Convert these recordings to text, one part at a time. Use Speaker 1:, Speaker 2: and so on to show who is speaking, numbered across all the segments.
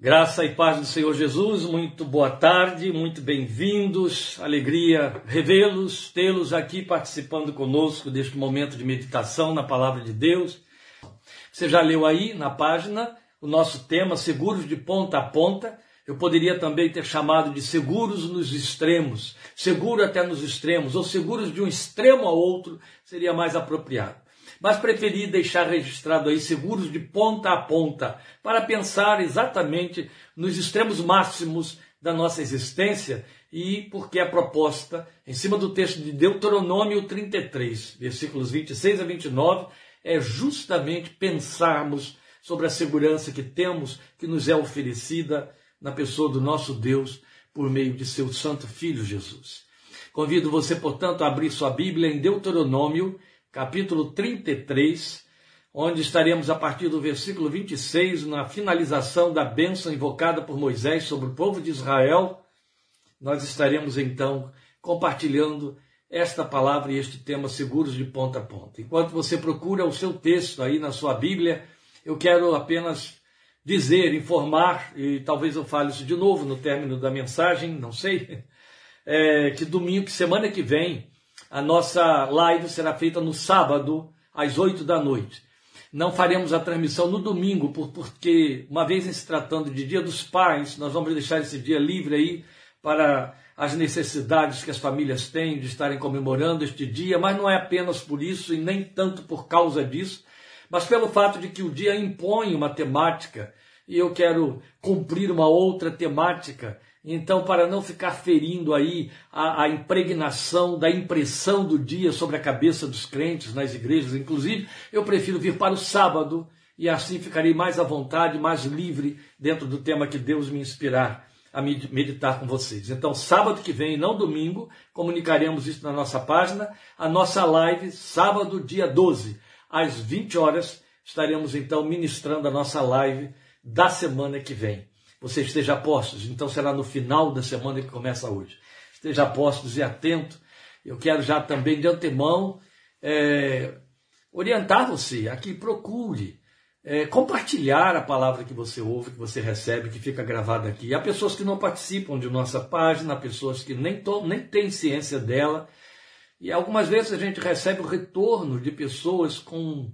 Speaker 1: Graça e paz do Senhor Jesus, muito boa tarde, muito bem-vindos, alegria revê-los, tê-los aqui participando conosco deste momento de meditação na Palavra de Deus. Você já leu aí na página o nosso tema, seguros de ponta a ponta. Eu poderia também ter chamado de seguros nos extremos, seguro até nos extremos, ou seguros de um extremo ao outro, seria mais apropriado. Mas preferi deixar registrado aí seguros de ponta a ponta, para pensar exatamente nos extremos máximos da nossa existência e porque a proposta, em cima do texto de Deuteronômio 33, versículos 26 a 29, é justamente pensarmos sobre a segurança que temos, que nos é oferecida na pessoa do nosso Deus, por meio de seu Santo Filho Jesus. Convido você, portanto, a abrir sua Bíblia em Deuteronômio, capítulo 33, onde estaremos a partir do versículo 26, na finalização da bênção invocada por Moisés sobre o povo de Israel. Nós estaremos então compartilhando esta palavra e este tema seguros de ponta a ponta. Enquanto você procura o seu texto aí na sua Bíblia, eu quero apenas dizer, informar, e talvez eu fale isso de novo no término da mensagem, não sei, que semana que vem, a nossa live será feita no sábado, às 8 da noite. Não faremos a transmissão no domingo, porque uma vez em se tratando de Dia dos Pais, nós vamos deixar esse dia livre aí para as necessidades que as famílias têm de estarem comemorando este dia, mas não é apenas por isso e nem tanto por causa disso, mas pelo fato de que o dia impõe uma temática e eu quero cumprir uma outra temática. Então, para não ficar ferindo aí a impregnação da impressão do dia sobre a cabeça dos crentes nas igrejas, inclusive, eu prefiro vir para o sábado e assim ficarei mais à vontade, mais livre dentro do tema que Deus me inspirar a meditar com vocês. Então, sábado que vem, não domingo, comunicaremos isso na nossa página, a nossa live, sábado, dia 12, às 20 horas, estaremos então ministrando a nossa live da semana que vem. Você esteja a postos, então será no final da semana que começa hoje. Esteja a postos e atento. Eu quero já também de antemão orientar você a que procure compartilhar a palavra que você ouve, que você recebe, que fica gravada aqui. Há pessoas que não participam de nossa página, há pessoas que nem têm ciência dela. E algumas vezes a gente recebe o retorno de pessoas com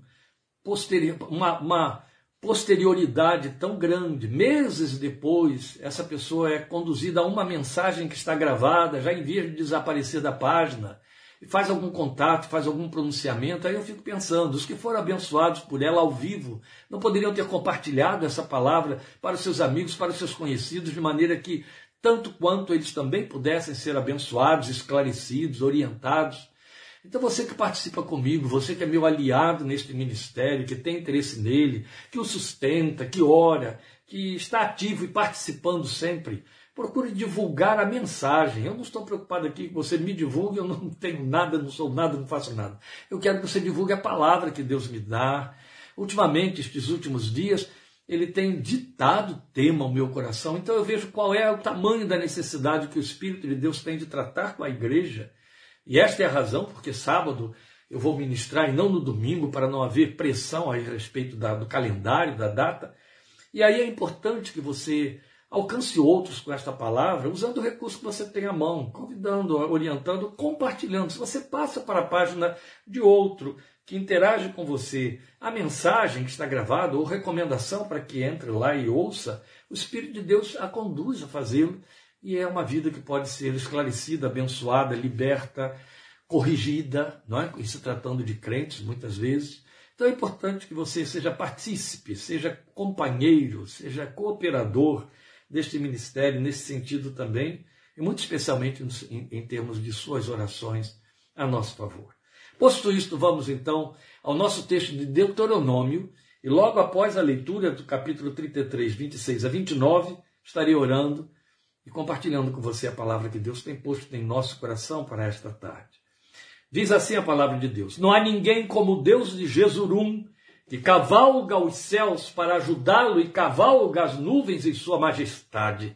Speaker 1: uma posterioridade tão grande. Meses depois, essa pessoa é conduzida a uma mensagem que está gravada, já em vez de desaparecer da página, e faz algum contato, faz algum pronunciamento. Aí eu fico pensando, os que foram abençoados por ela ao vivo, não poderiam ter compartilhado essa palavra para os seus amigos, para os seus conhecidos, de maneira que, tanto quanto eles também pudessem ser abençoados, esclarecidos, orientados. Então você que participa comigo, você que é meu aliado neste ministério, que tem interesse nele, que o sustenta, que ora, que está ativo e participando sempre, procure divulgar a mensagem. Eu não estou preocupado aqui que você me divulgue, eu não tenho nada, não sou nada, não faço nada. Eu quero que você divulgue a palavra que Deus me dá. Ultimamente, estes últimos dias, ele tem ditado tema ao meu coração, então eu vejo qual é o tamanho da necessidade que o Espírito de Deus tem de tratar com a igreja. E esta é a razão porque sábado eu vou ministrar e não no domingo, para não haver pressão a respeito do calendário, da data. E aí é importante que você alcance outros com esta palavra, usando o recurso que você tem à mão, convidando, orientando, compartilhando. Se você passa para a página de outro que interage com você a mensagem que está gravada ou recomendação para que entre lá e ouça, o Espírito de Deus a conduz a fazê-lo. E é uma vida que pode ser esclarecida, abençoada, liberta, corrigida, não é? E se tratando de crentes, muitas vezes. Então é importante que você seja partícipe, seja companheiro, seja cooperador deste ministério, nesse sentido também, e muito especialmente em termos de suas orações a nosso favor. Posto isto, vamos então ao nosso texto de Deuteronômio, e logo após a leitura do capítulo 33, 26 a 29, estarei orando e compartilhando com você a palavra que Deus tem posto em nosso coração para esta tarde. Diz assim a palavra de Deus: não há ninguém como o Deus de Jesurum, que cavalga os céus para ajudá-lo e cavalga as nuvens em sua majestade.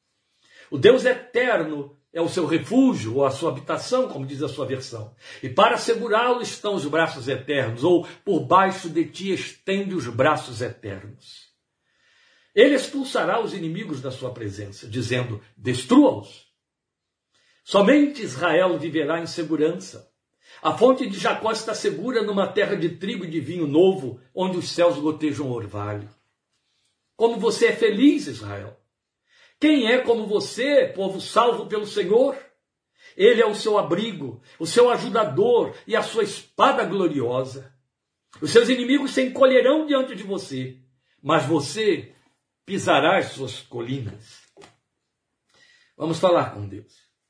Speaker 1: O Deus eterno é o seu refúgio ou a sua habitação, como diz a sua versão. E para segurá-lo estão os braços eternos, ou por baixo de ti estende os braços eternos. Ele expulsará os inimigos da sua presença, dizendo: destrua-os. Somente Israel viverá em segurança. A fonte de Jacó está segura numa terra de trigo e de vinho novo, onde os céus gotejam orvalho. Como você é feliz, Israel! Quem é como você, povo salvo pelo Senhor? Ele é o seu abrigo, o seu ajudador e a sua espada gloriosa. Os seus inimigos se encolherão diante de você, mas você pisará as suas colinas. Vamos falar com Deus.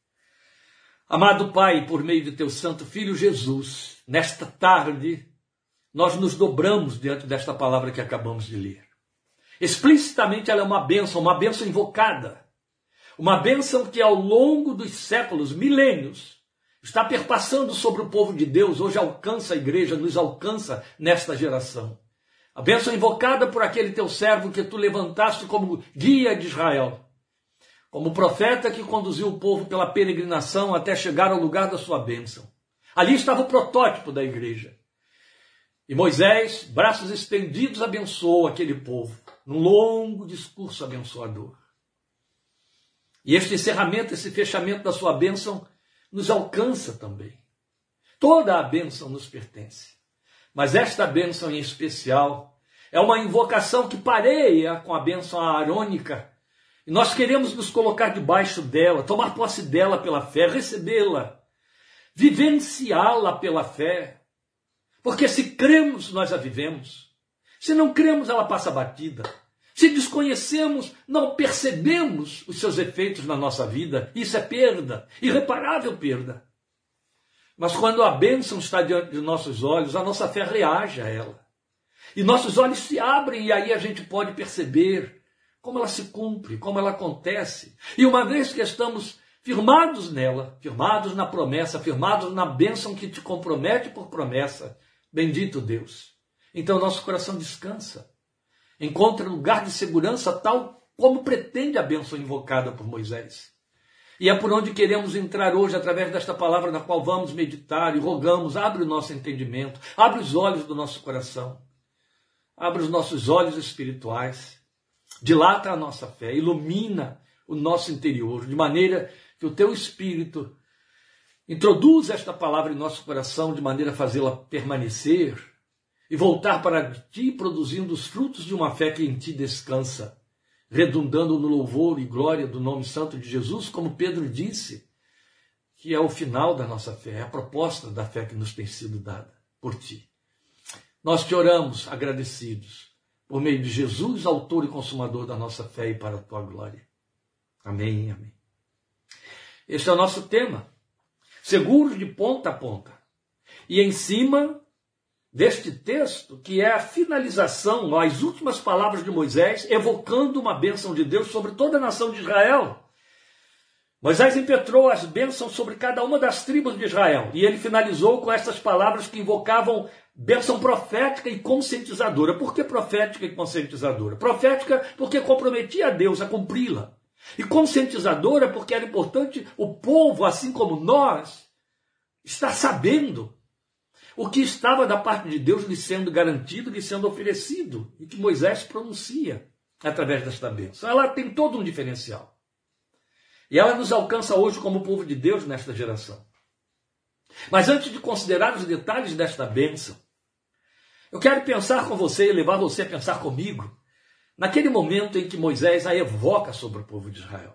Speaker 1: Amado Pai, por meio de teu santo Filho Jesus, nesta tarde, nós nos dobramos diante desta palavra que acabamos de ler. Explicitamente ela é uma bênção invocada. Uma bênção que ao longo dos séculos, milênios, está perpassando sobre o povo de Deus, hoje alcança a igreja, nos alcança nesta geração. A bênção invocada por aquele teu servo que tu levantaste como guia de Israel, como profeta que conduziu o povo pela peregrinação até chegar ao lugar da sua bênção. Ali estava o protótipo da igreja. E Moisés, braços estendidos, abençoou aquele povo, num longo discurso abençoador. E este encerramento, esse fechamento da sua bênção, nos alcança também. Toda a bênção nos pertence. Mas esta bênção em especial é uma invocação que pareia com a bênção aarônica. E nós queremos nos colocar debaixo dela, tomar posse dela pela fé, recebê-la, vivenciá-la pela fé. Porque se cremos, nós a vivemos. Se não cremos, ela passa batida. Se desconhecemos, não percebemos os seus efeitos na nossa vida. Isso é perda, irreparável perda. Mas quando a bênção está diante de nossos olhos, a nossa fé reage a ela. E nossos olhos se abrem e aí a gente pode perceber como ela se cumpre, como ela acontece. E uma vez que estamos firmados nela, firmados na promessa, firmados na bênção que te compromete por promessa, bendito Deus, então nosso coração descansa. Encontra lugar de segurança tal como pretende a bênção invocada por Moisés. E é por onde queremos entrar hoje, através desta palavra na qual vamos meditar e rogamos, abre o nosso entendimento, abre os olhos do nosso coração, abre os nossos olhos espirituais, dilata a nossa fé, ilumina o nosso interior, de maneira que o teu Espírito introduza esta palavra em nosso coração, de maneira a fazê-la permanecer e voltar para ti, produzindo os frutos de uma fé que em ti descansa, redundando no louvor e glória do nome santo de Jesus, como Pedro disse, que é o final da nossa fé, é a proposta da fé que nos tem sido dada por ti. Nós te oramos agradecidos, por meio de Jesus, autor e consumador da nossa fé, e para a tua glória. Amém, amém. Este é o nosso tema, seguros de ponta a ponta. E em cima deste texto, que é a finalização, as últimas palavras de Moisés, evocando uma bênção de Deus sobre toda a nação de Israel. Moisés impetrou as bênçãos sobre cada uma das tribos de Israel, e ele finalizou com estas palavras que invocavam bênção profética e conscientizadora. Por que profética e conscientizadora? Profética porque comprometia a Deus a cumpri-la. E conscientizadora porque era importante o povo, assim como nós, estar sabendo o que estava da parte de Deus lhe sendo garantido, lhe sendo oferecido, e que Moisés pronuncia através desta bênção. Ela tem todo um diferencial. E ela nos alcança hoje como povo de Deus nesta geração. Mas antes de considerar os detalhes desta bênção, eu quero pensar com você e levar você a pensar comigo naquele momento em que Moisés a evoca sobre o povo de Israel.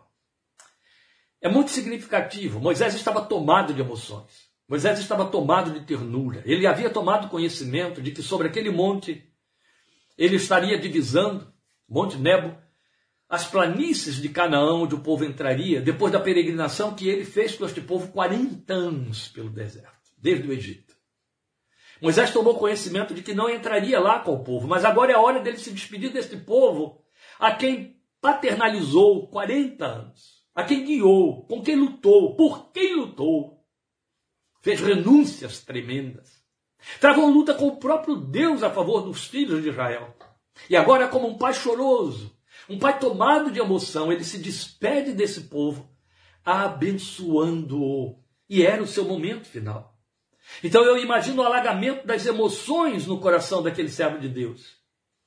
Speaker 1: É muito significativo. Moisés estava tomado de emoções. Moisés estava tomado de ternura. Ele havia tomado conhecimento de que sobre aquele monte ele estaria divisando, Monte Nebo, as planícies de Canaã, onde o povo entraria, depois da peregrinação que ele fez com este povo 40 anos pelo deserto, desde o Egito. Moisés tomou conhecimento de que não entraria lá com o povo, mas agora é a hora dele se despedir deste povo, a quem paternalizou 40 anos, a quem guiou, com quem lutou, por quem lutou. Fez renúncias tremendas. Travou luta com o próprio Deus a favor dos filhos de Israel. E agora, como um pai choroso, um pai tomado de emoção, ele se despede desse povo, abençoando-o. E era o seu momento final. Então eu imagino o alagamento das emoções no coração daquele servo de Deus.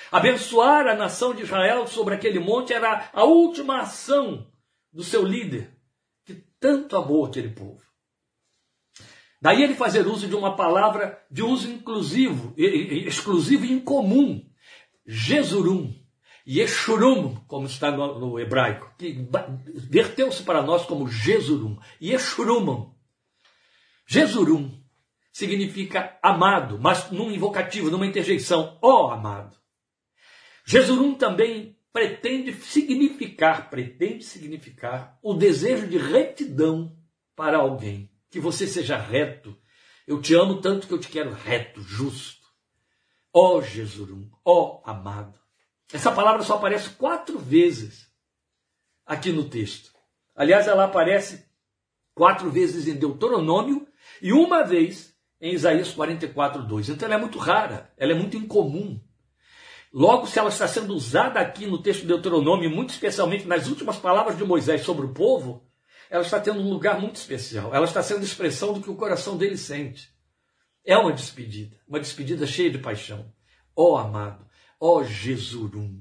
Speaker 1: Abençoar a nação de Israel sobre aquele monte era a última ação do seu líder, que tanto amou aquele povo. Daí ele fazer uso de uma palavra de uso exclusivo e incomum, Jesurum, Yeshurum, como está no hebraico, que verteu-se para nós como Jesurum, Yeshurumam. Jesurum significa amado, mas num invocativo, numa interjeição, ó amado. Jesurum também pretende significar o desejo de retidão para alguém. Que você seja reto. Eu te amo tanto que eu te quero reto, justo. Ó Jesurum, ó amado. Essa palavra só aparece 4 vezes aqui no texto. Aliás, ela aparece 4 vezes em Deuteronômio e uma vez em Isaías 44:2. Então ela é muito rara, ela é muito incomum. Logo, se ela está sendo usada aqui no texto de Deuteronômio, muito especialmente nas últimas palavras de Moisés sobre o povo, ela está tendo um lugar muito especial. Ela está sendo expressão do que o coração dele sente. É uma despedida cheia de paixão. Ó amado, ó Jesurum.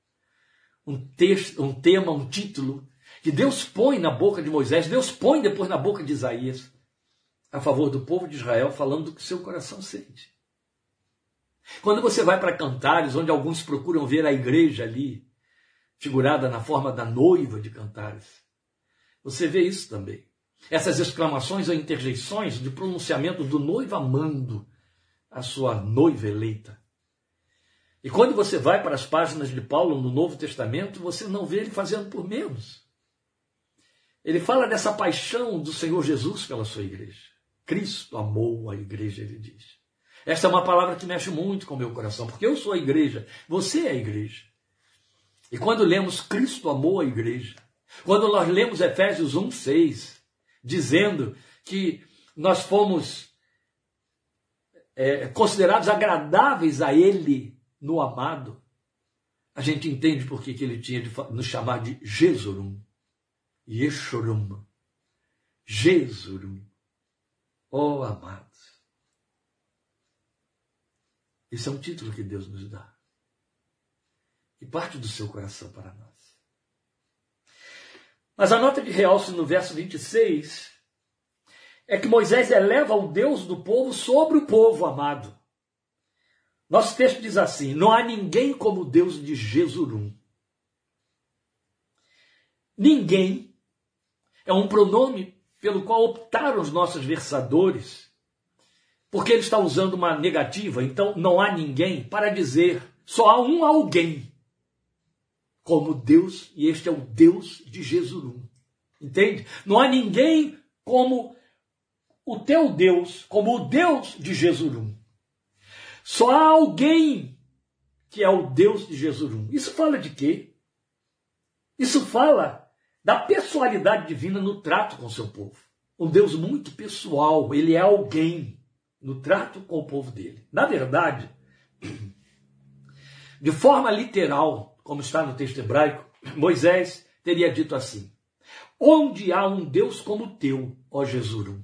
Speaker 1: Um tema, um título que Deus põe na boca de Moisés, Deus põe depois na boca de Isaías, a favor do povo de Israel, falando do que seu coração sente. Quando você vai para Cantares, onde alguns procuram ver a igreja ali, figurada na forma da noiva de Cantares, você vê isso também. Essas exclamações ou interjeições de pronunciamento do noivo amando a sua noiva eleita. E quando você vai para as páginas de Paulo no Novo Testamento, você não vê ele fazendo por menos. Ele fala dessa paixão do Senhor Jesus pela sua igreja. Cristo amou a igreja, ele diz. Essa é uma palavra que mexe muito com o meu coração, porque eu sou a igreja, você é a igreja. E quando lemos Cristo amou a igreja, quando nós lemos Efésios 1:6, dizendo que nós fomos considerados agradáveis a Ele no amado, a gente entende por que Ele tinha de nos chamar de Jesurum, Yeshurum, Jesurum, ó amados. Esse é um título que Deus nos dá, que parte do seu coração para nós. Mas a nota de realce no verso 26 é que Moisés eleva o Deus do povo sobre o povo amado. Nosso texto diz assim: não há ninguém como o Deus de Jesurum. Ninguém é um pronome pelo qual optaram os nossos versadores, porque ele está usando uma negativa, então não há ninguém, para dizer só há um alguém como Deus, e este é o Deus de Jesurum. Entende? Não há ninguém como o teu Deus, como o Deus de Jesurum. Só há alguém que é o Deus de Jesurum. Isso fala de quê? Isso fala da pessoalidade divina no trato com o seu povo. Um Deus muito pessoal, ele é alguém no trato com o povo dele. Na verdade, de forma literal, como está no texto hebraico, Moisés teria dito assim: onde há um Deus como o teu, ó Jesurum?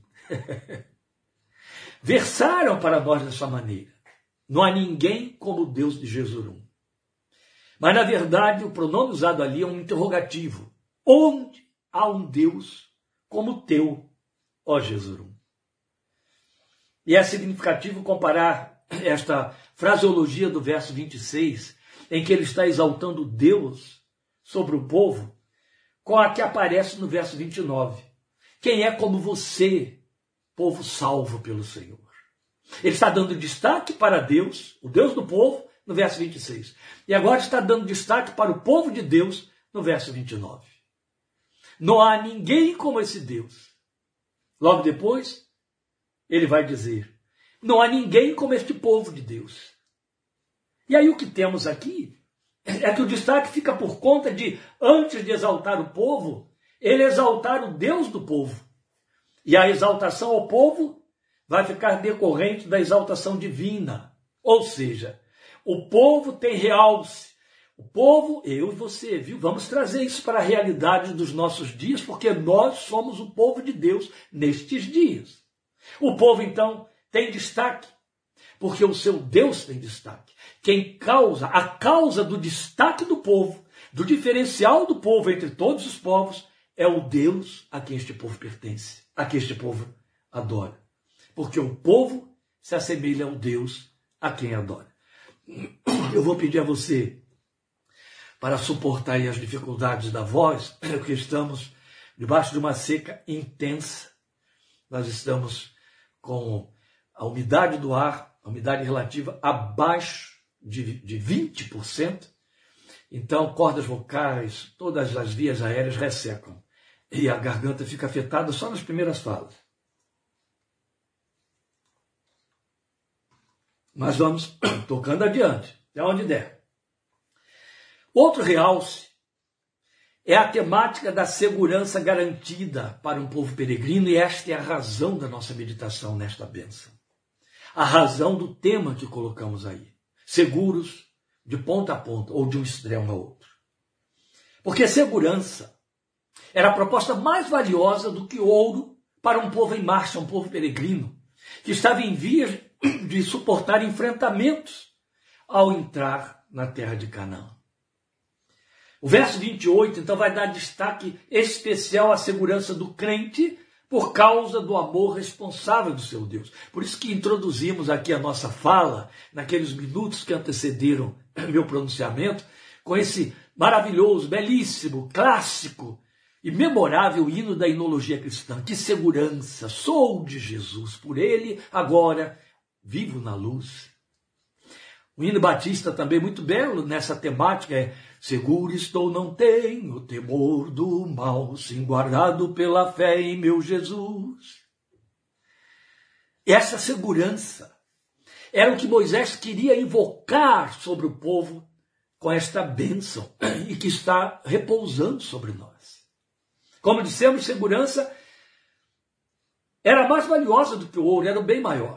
Speaker 1: Versaram para nós dessa maneira. Não há ninguém como o Deus de Jesurum. Mas, na verdade, o pronome usado ali é um interrogativo. Onde há um Deus como o teu, ó Jesurum? E é significativo comparar esta fraseologia do verso 26, em que ele está exaltando Deus sobre o povo, com a que aparece no verso 29. Quem é como você, povo salvo pelo Senhor? Ele está dando destaque para Deus, o Deus do povo, no verso 26. E agora está dando destaque para o povo de Deus, no verso 29. Não há ninguém como esse Deus. Logo depois, ele vai dizer: não há ninguém como este povo de Deus. E aí o que temos aqui é que o destaque fica por conta de, antes de exaltar o povo, ele exaltar o Deus do povo. E a exaltação ao povo vai ficar decorrente da exaltação divina. Ou seja, o povo tem realce. O povo, eu e você, viu? Vamos trazer isso para a realidade dos nossos dias, porque nós somos o povo de Deus nestes dias. O povo, então, tem destaque, porque o seu Deus tem destaque. A causa do destaque do povo, do diferencial do povo entre todos os povos, é o Deus a quem este povo pertence, a quem este povo adora. Porque o povo se assemelha ao Deus a quem adora. Eu vou pedir a você para suportar aí as dificuldades da voz, porque estamos debaixo de uma seca intensa. Nós estamos com a umidade do ar, a umidade relativa abaixo de 20%. Então, cordas vocais, todas as vias aéreas ressecam. E a garganta fica afetada só nas primeiras falas. Mas vamos tocando adiante, até onde der. Outro realce é a temática da segurança garantida para um povo peregrino, e esta é a razão da nossa meditação nesta bênção. A razão do tema que colocamos aí. Seguros de ponta a ponta, ou de um extremo a outro. Porque segurança era a proposta mais valiosa do que ouro para um povo em marcha, um povo peregrino, que estava em vias de suportar enfrentamentos ao entrar na terra de Canaã. O verso 28, então, vai dar destaque especial à segurança do crente por causa do amor responsável do seu Deus. Por isso que introduzimos aqui a nossa fala, naqueles minutos que antecederam meu pronunciamento, com esse maravilhoso, belíssimo, clássico e memorável hino da inologia cristã. Que segurança! Sou de Jesus, por ele agora vivo na luz. O hino batista também muito belo nessa temática é: seguro estou, não tenho temor do mal, sim guardado pela fé em meu Jesus. Essa segurança era o que Moisés queria invocar sobre o povo com esta bênção e que está repousando sobre nós. Como dissemos, segurança era mais valiosa do que o ouro, era o bem maior.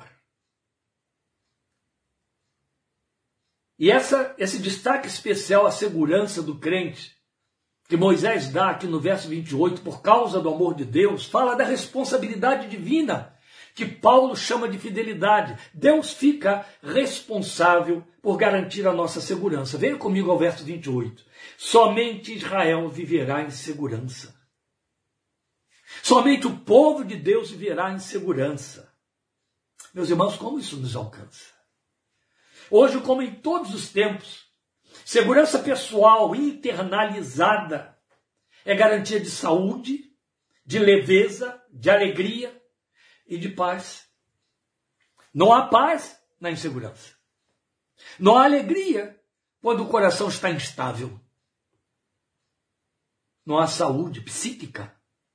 Speaker 1: E esse destaque especial à segurança do crente, que Moisés dá aqui no verso 28, por causa do amor de Deus, fala da responsabilidade divina, que Paulo chama de fidelidade. Deus fica responsável por garantir a nossa segurança. Venha comigo ao verso 28. Somente Israel viverá em segurança. Somente o povo de Deus viverá em segurança. Meus irmãos, como isso nos alcança? Hoje, como em todos os tempos, segurança pessoal internalizada é garantia de saúde, de leveza, de alegria e de paz. Não há paz na insegurança. Não há alegria quando o coração está instável. Não há saúde psíquica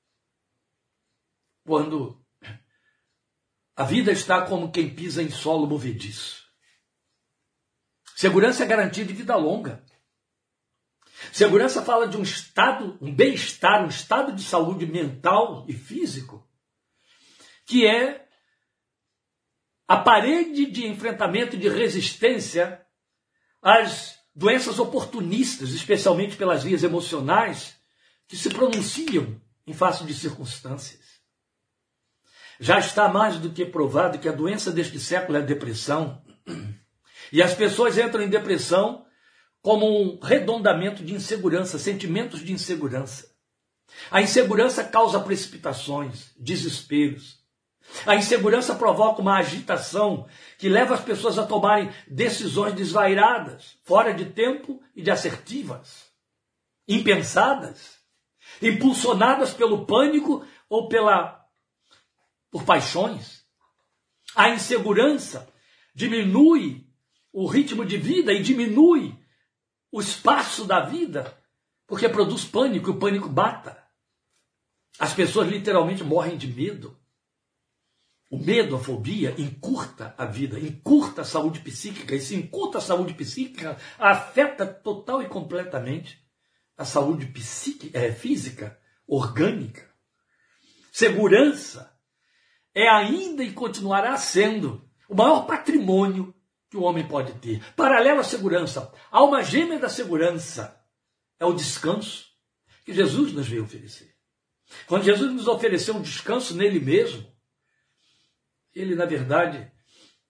Speaker 1: quando a vida está como quem pisa em solo movediço. Segurança é garantia de vida longa. Segurança fala de um estado, um bem-estar, um estado de saúde mental e físico, que é a parede de enfrentamento, de resistência às doenças oportunistas, especialmente pelas vias emocionais, que se pronunciam em face de circunstâncias. Já está mais do que provado que a doença deste século é a depressão. E as pessoas entram em depressão como um redondamento de insegurança, sentimentos de insegurança. A insegurança causa precipitações, desesperos. A insegurança provoca uma agitação que leva as pessoas a tomarem decisões desvairadas, fora de tempo e de assertivas, impensadas, impulsionadas pelo pânico ou por paixões. A insegurança diminui o ritmo de vida e diminui o espaço da vida, porque produz pânico e o pânico mata. As pessoas literalmente morrem de medo. O medo, a fobia, encurta a vida, encurta a saúde psíquica, e se encurta a saúde psíquica, afeta total e completamente a saúde física, orgânica. Segurança é ainda e continuará sendo o maior patrimônio que o homem pode ter. Paralelo à segurança, alma gêmea da segurança é o descanso que Jesus nos veio oferecer. Quando Jesus nos ofereceu um descanso nele mesmo, ele, na verdade,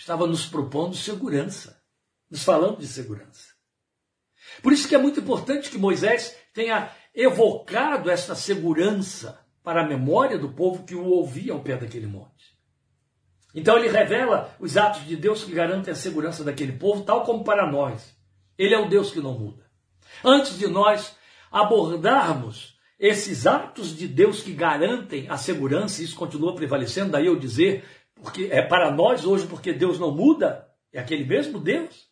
Speaker 1: estava nos propondo segurança, nos falando de segurança. Por isso que é muito importante que Moisés tenha evocado essa segurança para a memória do povo que o ouvia ao pé daquele monte. Então ele revela os atos de Deus que garantem a segurança daquele povo, tal como para nós. Ele é o Deus que não muda. Antes de nós abordarmos esses atos de Deus que garantem a segurança, e isso continua prevalecendo, daí eu dizer, porque é para nós hoje, porque Deus não muda, é aquele mesmo Deus.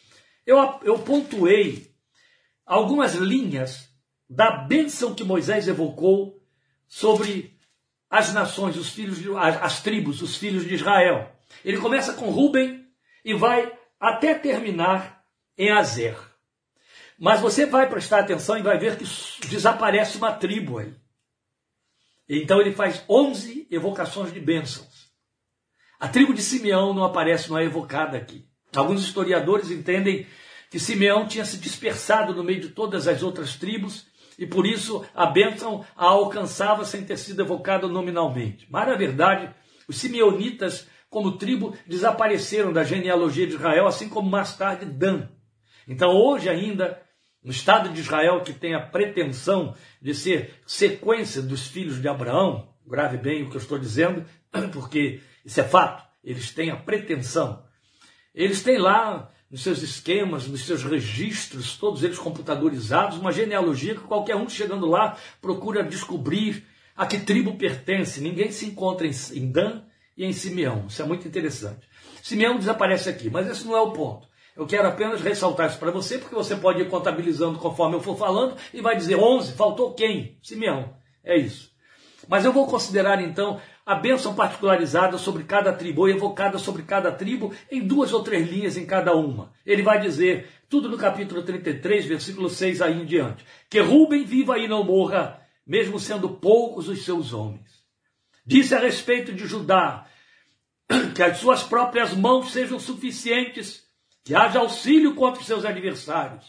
Speaker 1: Eu pontuei algumas linhas da bênção que Moisés evocou sobre as nações, os filhos, as tribos, os filhos de Israel. Ele começa com Ruben e vai até terminar em Azer. Mas você vai prestar atenção e vai ver que desaparece uma tribo aí. Então ele faz 11 evocações de bênçãos. A tribo de Simeão não aparece, não é evocada aqui. Alguns historiadores entendem que Simeão tinha se dispersado no meio de todas as outras tribos e por isso a bênção a alcançava sem ter sido evocada nominalmente. Mas na verdade, os simeonitas como tribo desapareceram da genealogia de Israel, assim como mais tarde Dan. Então hoje ainda, no Estado de Israel, que tem a pretensão de ser sequência dos filhos de Abraão, grave bem o que eu estou dizendo, porque isso é fato, eles têm a pretensão. Eles têm lá, nos seus esquemas, nos seus registros, todos eles computadorizados, uma genealogia que qualquer um chegando lá procura descobrir a que tribo pertence. Ninguém se encontra em Dan e em Simeão. Isso é muito interessante. Simeão desaparece aqui, mas esse não é o ponto. Eu quero apenas ressaltar isso para você, porque você pode ir contabilizando conforme eu for falando e vai dizer 11, faltou quem? Simeão. É isso. Mas eu vou considerar então a bênção particularizada sobre cada tribo, ou evocada sobre cada tribo, em 2 ou 3 linhas em cada uma. Ele vai dizer, tudo no capítulo 33, versículo 6 aí em diante, que Ruben viva e não morra, mesmo sendo poucos os seus homens. Disse a respeito de Judá, que as suas próprias mãos sejam suficientes, que haja auxílio contra os seus adversários.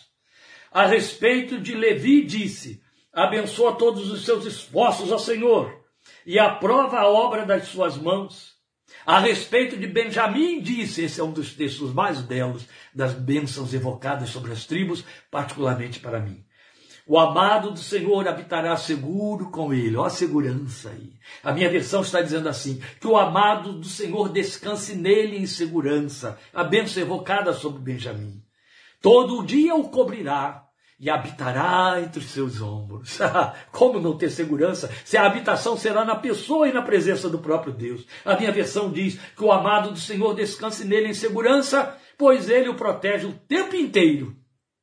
Speaker 1: A respeito de Levi disse, abençoa todos os seus esforços, ó Senhor, e aprova a obra das suas mãos. A respeito de Benjamim disse, esse é um dos textos mais belos das bênçãos evocadas sobre as tribos, particularmente para mim. O amado do Senhor habitará seguro com ele. Ó a segurança aí. A minha versão está dizendo assim, que o amado do Senhor descanse nele em segurança. A bênção evocada sobre Benjamim. Todo o dia o cobrirá e habitará entre os seus ombros. Como não ter segurança se a habitação será na pessoa e na presença do próprio Deus? A minha versão diz que o amado do Senhor descanse nele em segurança, pois ele o protege o tempo inteiro.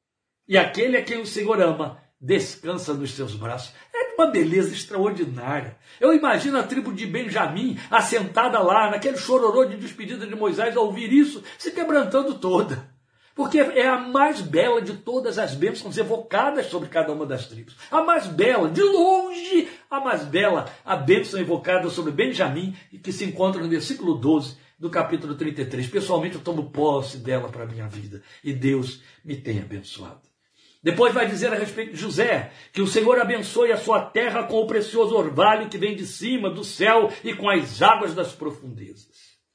Speaker 1: E aquele a quem o Senhor ama descansa nos seus braços. É uma beleza extraordinária. Eu imagino a tribo de Benjamim assentada lá, naquele chororô de despedida de Moisés, a ouvir isso, se quebrantando toda. Porque é a mais bela de todas as bênçãos evocadas sobre cada uma das tribos. A mais bela, de longe, a mais bela, a bênção evocada sobre Benjamim, que se encontra no versículo 12 do capítulo 33. Pessoalmente, eu tomo posse dela para a minha vida. E Deus me tem abençoado. Depois vai dizer a respeito de José, que o Senhor abençoe a sua terra com o precioso orvalho que vem de cima do céu e com as águas das profundezas.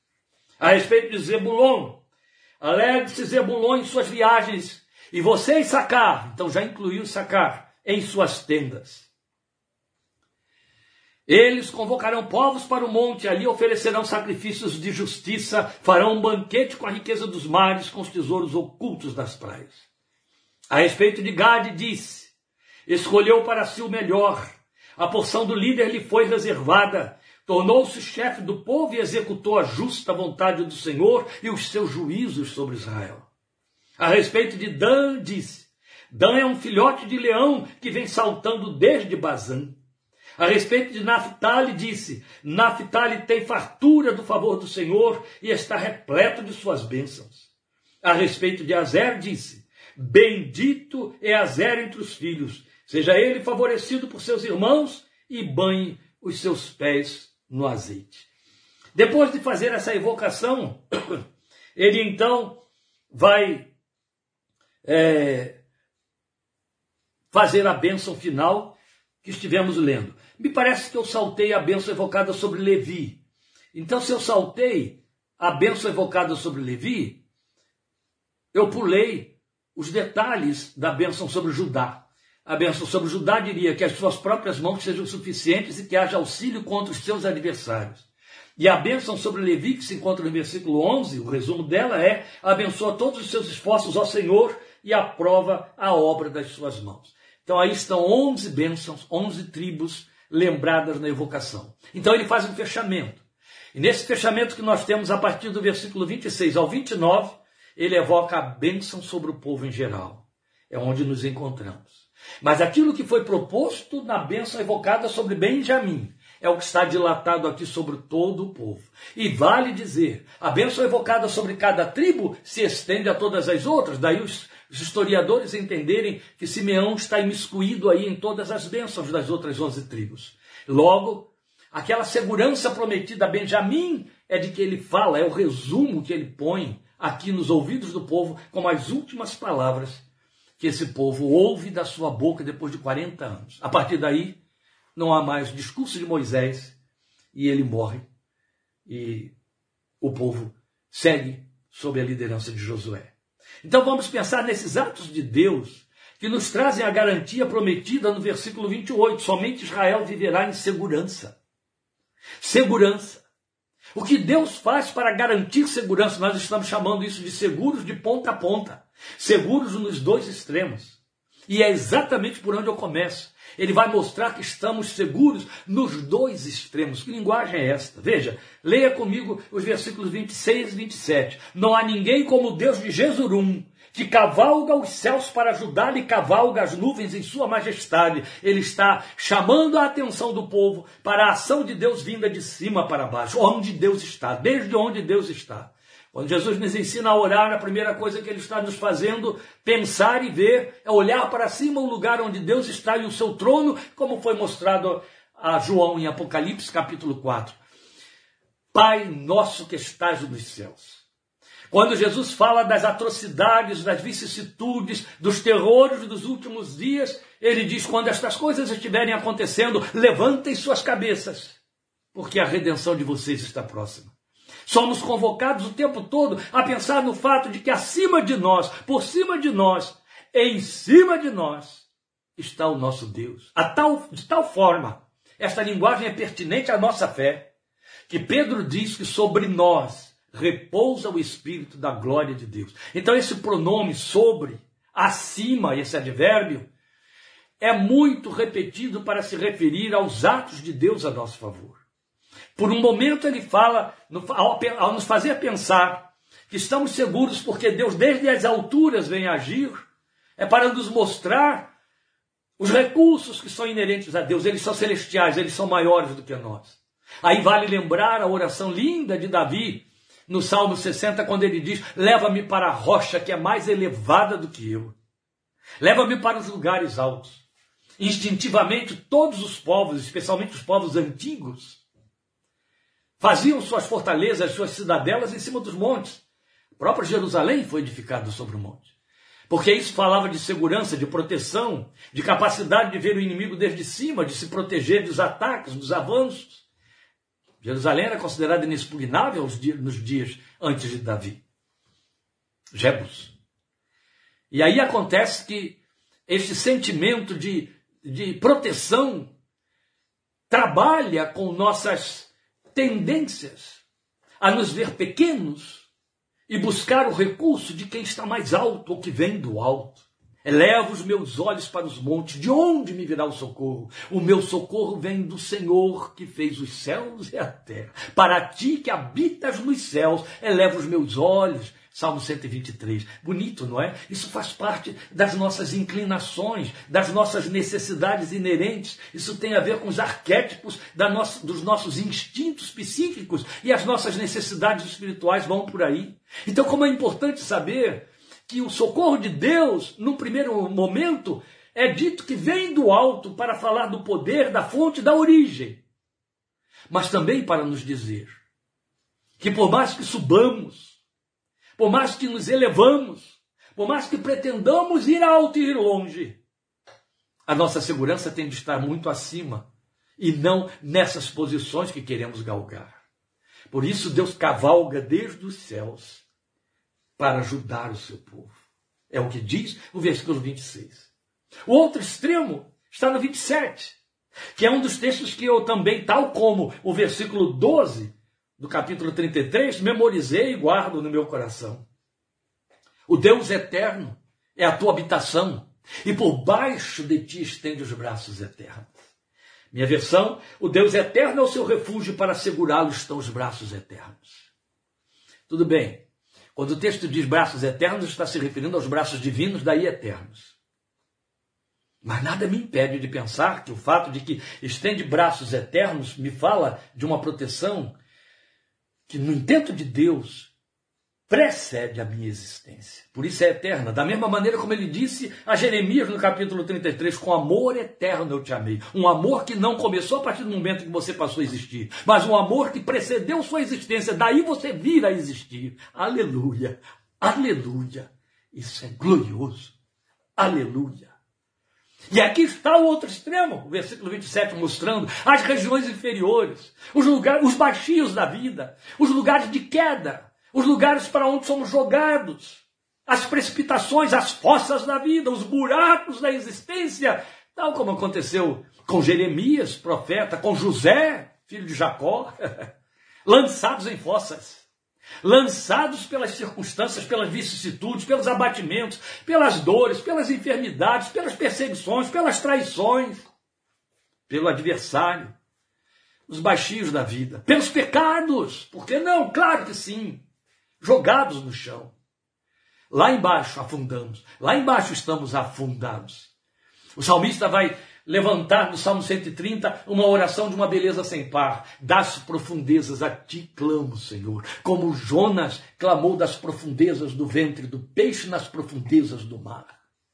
Speaker 1: A respeito de Zebulon, alegre-se Zebulon em suas viagens, e você Issacar, então já incluiu Issacar, em suas tendas. Eles convocarão povos para o monte, ali oferecerão sacrifícios de justiça, farão um banquete com a riqueza dos mares, com os tesouros ocultos das praias. A respeito de Gade disse, escolheu para si o melhor, a porção do líder lhe foi reservada, tornou-se chefe do povo e executou a justa vontade do Senhor e os seus juízos sobre Israel. A respeito de Dan disse, Dan é um filhote de leão que vem saltando desde Bazã. A respeito de Naphtali disse, Naphtali tem fartura do favor do Senhor e está repleto de suas bênçãos. A respeito de Azer disse, bendito é Azer entre os filhos, seja ele favorecido por seus irmãos e banhe os seus pés no azeite. Depois de fazer essa evocação, ele então vai fazer a bênção final que estivemos lendo. Me parece que eu saltei a bênção evocada sobre Levi. Então, se eu saltei, a bênção evocada sobre Levi, eu pulei os detalhes da bênção sobre Judá. A bênção sobre Judá diria que as suas próprias mãos sejam suficientes e que haja auxílio contra os seus adversários. E a bênção sobre Levi, que se encontra no versículo 11, o resumo dela é: abençoa todos os seus esforços ao Senhor e aprova a obra das suas mãos. Então aí estão 11 bênçãos, 11 tribos lembradas na evocação. Então ele faz um fechamento. E nesse fechamento que nós temos a partir do versículo 26 ao 29, ele evoca a bênção sobre o povo em geral. É onde nos encontramos. Mas aquilo que foi proposto na bênção evocada sobre Benjamim é o que está dilatado aqui sobre todo o povo. E vale dizer, a bênção evocada sobre cada tribo se estende a todas as outras. Daí os historiadores entenderem que Simeão está imiscuído aí em todas as bênçãos das outras 11 tribos. Logo, aquela segurança prometida a Benjamim é de que ele fala, é o resumo que ele põe aqui nos ouvidos do povo, como as últimas palavras que esse povo ouve da sua boca depois de 40 anos. A partir daí, não há mais o discurso de Moisés e ele morre. E o povo segue sob a liderança de Josué. Então vamos pensar nesses atos de Deus que nos trazem a garantia prometida no versículo 28. Somente Israel viverá em segurança. Segurança. O que Deus faz para garantir segurança? Nós estamos chamando isso de seguros de ponta a ponta. Seguros nos dois extremos. E é exatamente por onde eu começo. Ele vai mostrar que estamos seguros nos dois extremos. Que linguagem é esta? Veja, leia comigo os versículos 26 e 27. Não há ninguém como o Deus de Jesurum, que cavalga os céus para ajudar e cavalga as nuvens em sua majestade. Ele está chamando a atenção do povo para a ação de Deus vinda de cima para baixo. Onde Deus está, desde onde Deus está. Quando Jesus nos ensina a orar, a primeira coisa que ele está nos fazendo pensar e ver é olhar para cima, o lugar onde Deus está e o seu trono, como foi mostrado a João em Apocalipse capítulo 4. Pai nosso que estás nos céus. Quando Jesus fala das atrocidades, das vicissitudes, dos terrores dos últimos dias, ele diz: quando estas coisas estiverem acontecendo, levantem suas cabeças, porque a redenção de vocês está próxima. Somos convocados o tempo todo a pensar no fato de que acima de nós, por cima de nós, em cima de nós, está o nosso Deus. De tal forma, esta linguagem é pertinente à nossa fé, que Pedro diz que sobre nós repousa o Espírito da glória de Deus. Então esse pronome sobre, acima, esse advérbio, é muito repetido para se referir aos atos de Deus a nosso favor. Por um momento ele fala, ao nos fazer pensar que estamos seguros porque Deus desde as alturas vem agir, é para nos mostrar os recursos que são inerentes a Deus. Eles são celestiais, eles são maiores do que nós. Aí vale lembrar a oração linda de Davi, no Salmo 60, quando ele diz: leva-me para a rocha que é mais elevada do que eu. Leva-me para os lugares altos. Instintivamente todos os povos, especialmente os povos antigos, faziam suas fortalezas, suas cidadelas em cima dos montes. A própria Jerusalém foi edificada sobre o monte. Porque isso falava de segurança, de proteção, de capacidade de ver o inimigo desde cima, de se proteger dos ataques, dos avanços. Jerusalém era considerada inexpugnável nos dias antes de Davi. Jebus. E aí acontece que este sentimento de proteção trabalha com nossas tendências a nos ver pequenos e buscar o recurso de quem está mais alto ou que vem do alto. Elevo os meus olhos para os montes, de onde me virá o socorro? O meu socorro vem do Senhor que fez os céus e a terra. Para ti que habitas nos céus, elevo os meus olhos. Salmo 123. Bonito, não é? Isso faz parte das nossas inclinações, das nossas necessidades inerentes. Isso tem a ver com os arquétipos dos nossos instintos psíquicos, e as nossas necessidades espirituais vão por aí. Então, como é importante saber que o socorro de Deus, no primeiro momento, é dito que vem do alto para falar do poder, da fonte, da origem. Mas também para nos dizer que por mais que subamos, por mais que nos elevamos, por mais que pretendamos ir alto e ir longe, a nossa segurança tem de estar muito acima e não nessas posições que queremos galgar. Por isso Deus cavalga desde os céus para ajudar o seu povo. É o que diz o versículo 26. O outro extremo está no 27, que é um dos textos que eu também, tal como o versículo 12 do capítulo 33, memorizei e guardo no meu coração. O Deus eterno é a tua habitação, e por baixo de ti estende os braços eternos. Minha versão, o Deus eterno é o seu refúgio, para segurá-lo estão os braços eternos. Tudo bem, quando o texto diz braços eternos, está se referindo aos braços divinos, daí eternos. Mas nada me impede de pensar que o fato de que estende braços eternos me fala de uma proteção que, no intento de Deus, precede a minha existência. Por isso é eterna. Da mesma maneira como ele disse a Jeremias no capítulo 33, com amor eterno eu te amei. Um amor que não começou a partir do momento que você passou a existir, mas um amor que precedeu sua existência. Daí você vir a existir. Aleluia, aleluia. Isso é glorioso. Aleluia. E aqui está o outro extremo, o versículo 27, mostrando as regiões inferiores, os baixios da vida, os lugares de queda, os lugares para onde somos jogados, as precipitações, as fossas da vida, os buracos da existência, tal como aconteceu com Jeremias, profeta, com José, filho de Jacó, lançados em fossas, lançados pelas circunstâncias, pelas vicissitudes, pelos abatimentos, pelas dores, pelas enfermidades, pelas perseguições, pelas traições, pelo adversário, os baixios da vida, pelos pecados, por que não? Claro que sim, jogados no chão. Lá embaixo afundamos, lá embaixo estamos afundados. O salmista vai levantar no Salmo 130 uma oração de uma beleza sem par. Das profundezas a ti clamo, Senhor. Como Jonas clamou das profundezas do ventre do peixe nas profundezas do mar.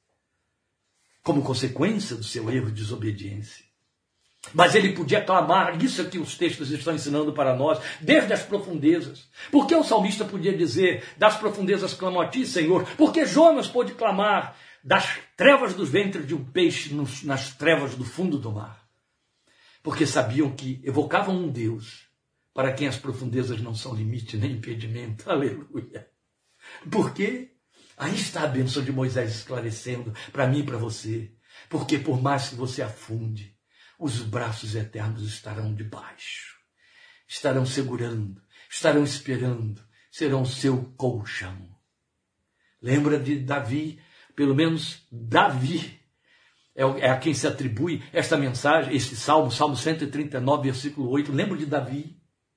Speaker 1: Como consequência do seu erro de desobediência. Mas ele podia clamar, isso é que os textos estão ensinando para nós, desde as profundezas. Por que o salmista podia dizer, das profundezas clamo a ti, Senhor? Porque Jonas pôde clamar das trevas do ventre de um peixe nas trevas do fundo do mar. Porque sabiam que evocavam um Deus para quem as profundezas não são limite nem impedimento. Aleluia. Por quê? Aí está a bênção de Moisés esclarecendo para mim e para você. Porque por mais que você afunde, os braços eternos estarão debaixo. Estarão segurando, estarão esperando, serão seu colchão. Lembra de Davi? Pelo menos Davi é a quem se atribui esta mensagem, este salmo, Salmo 139, versículo 8. Lembra de Davi?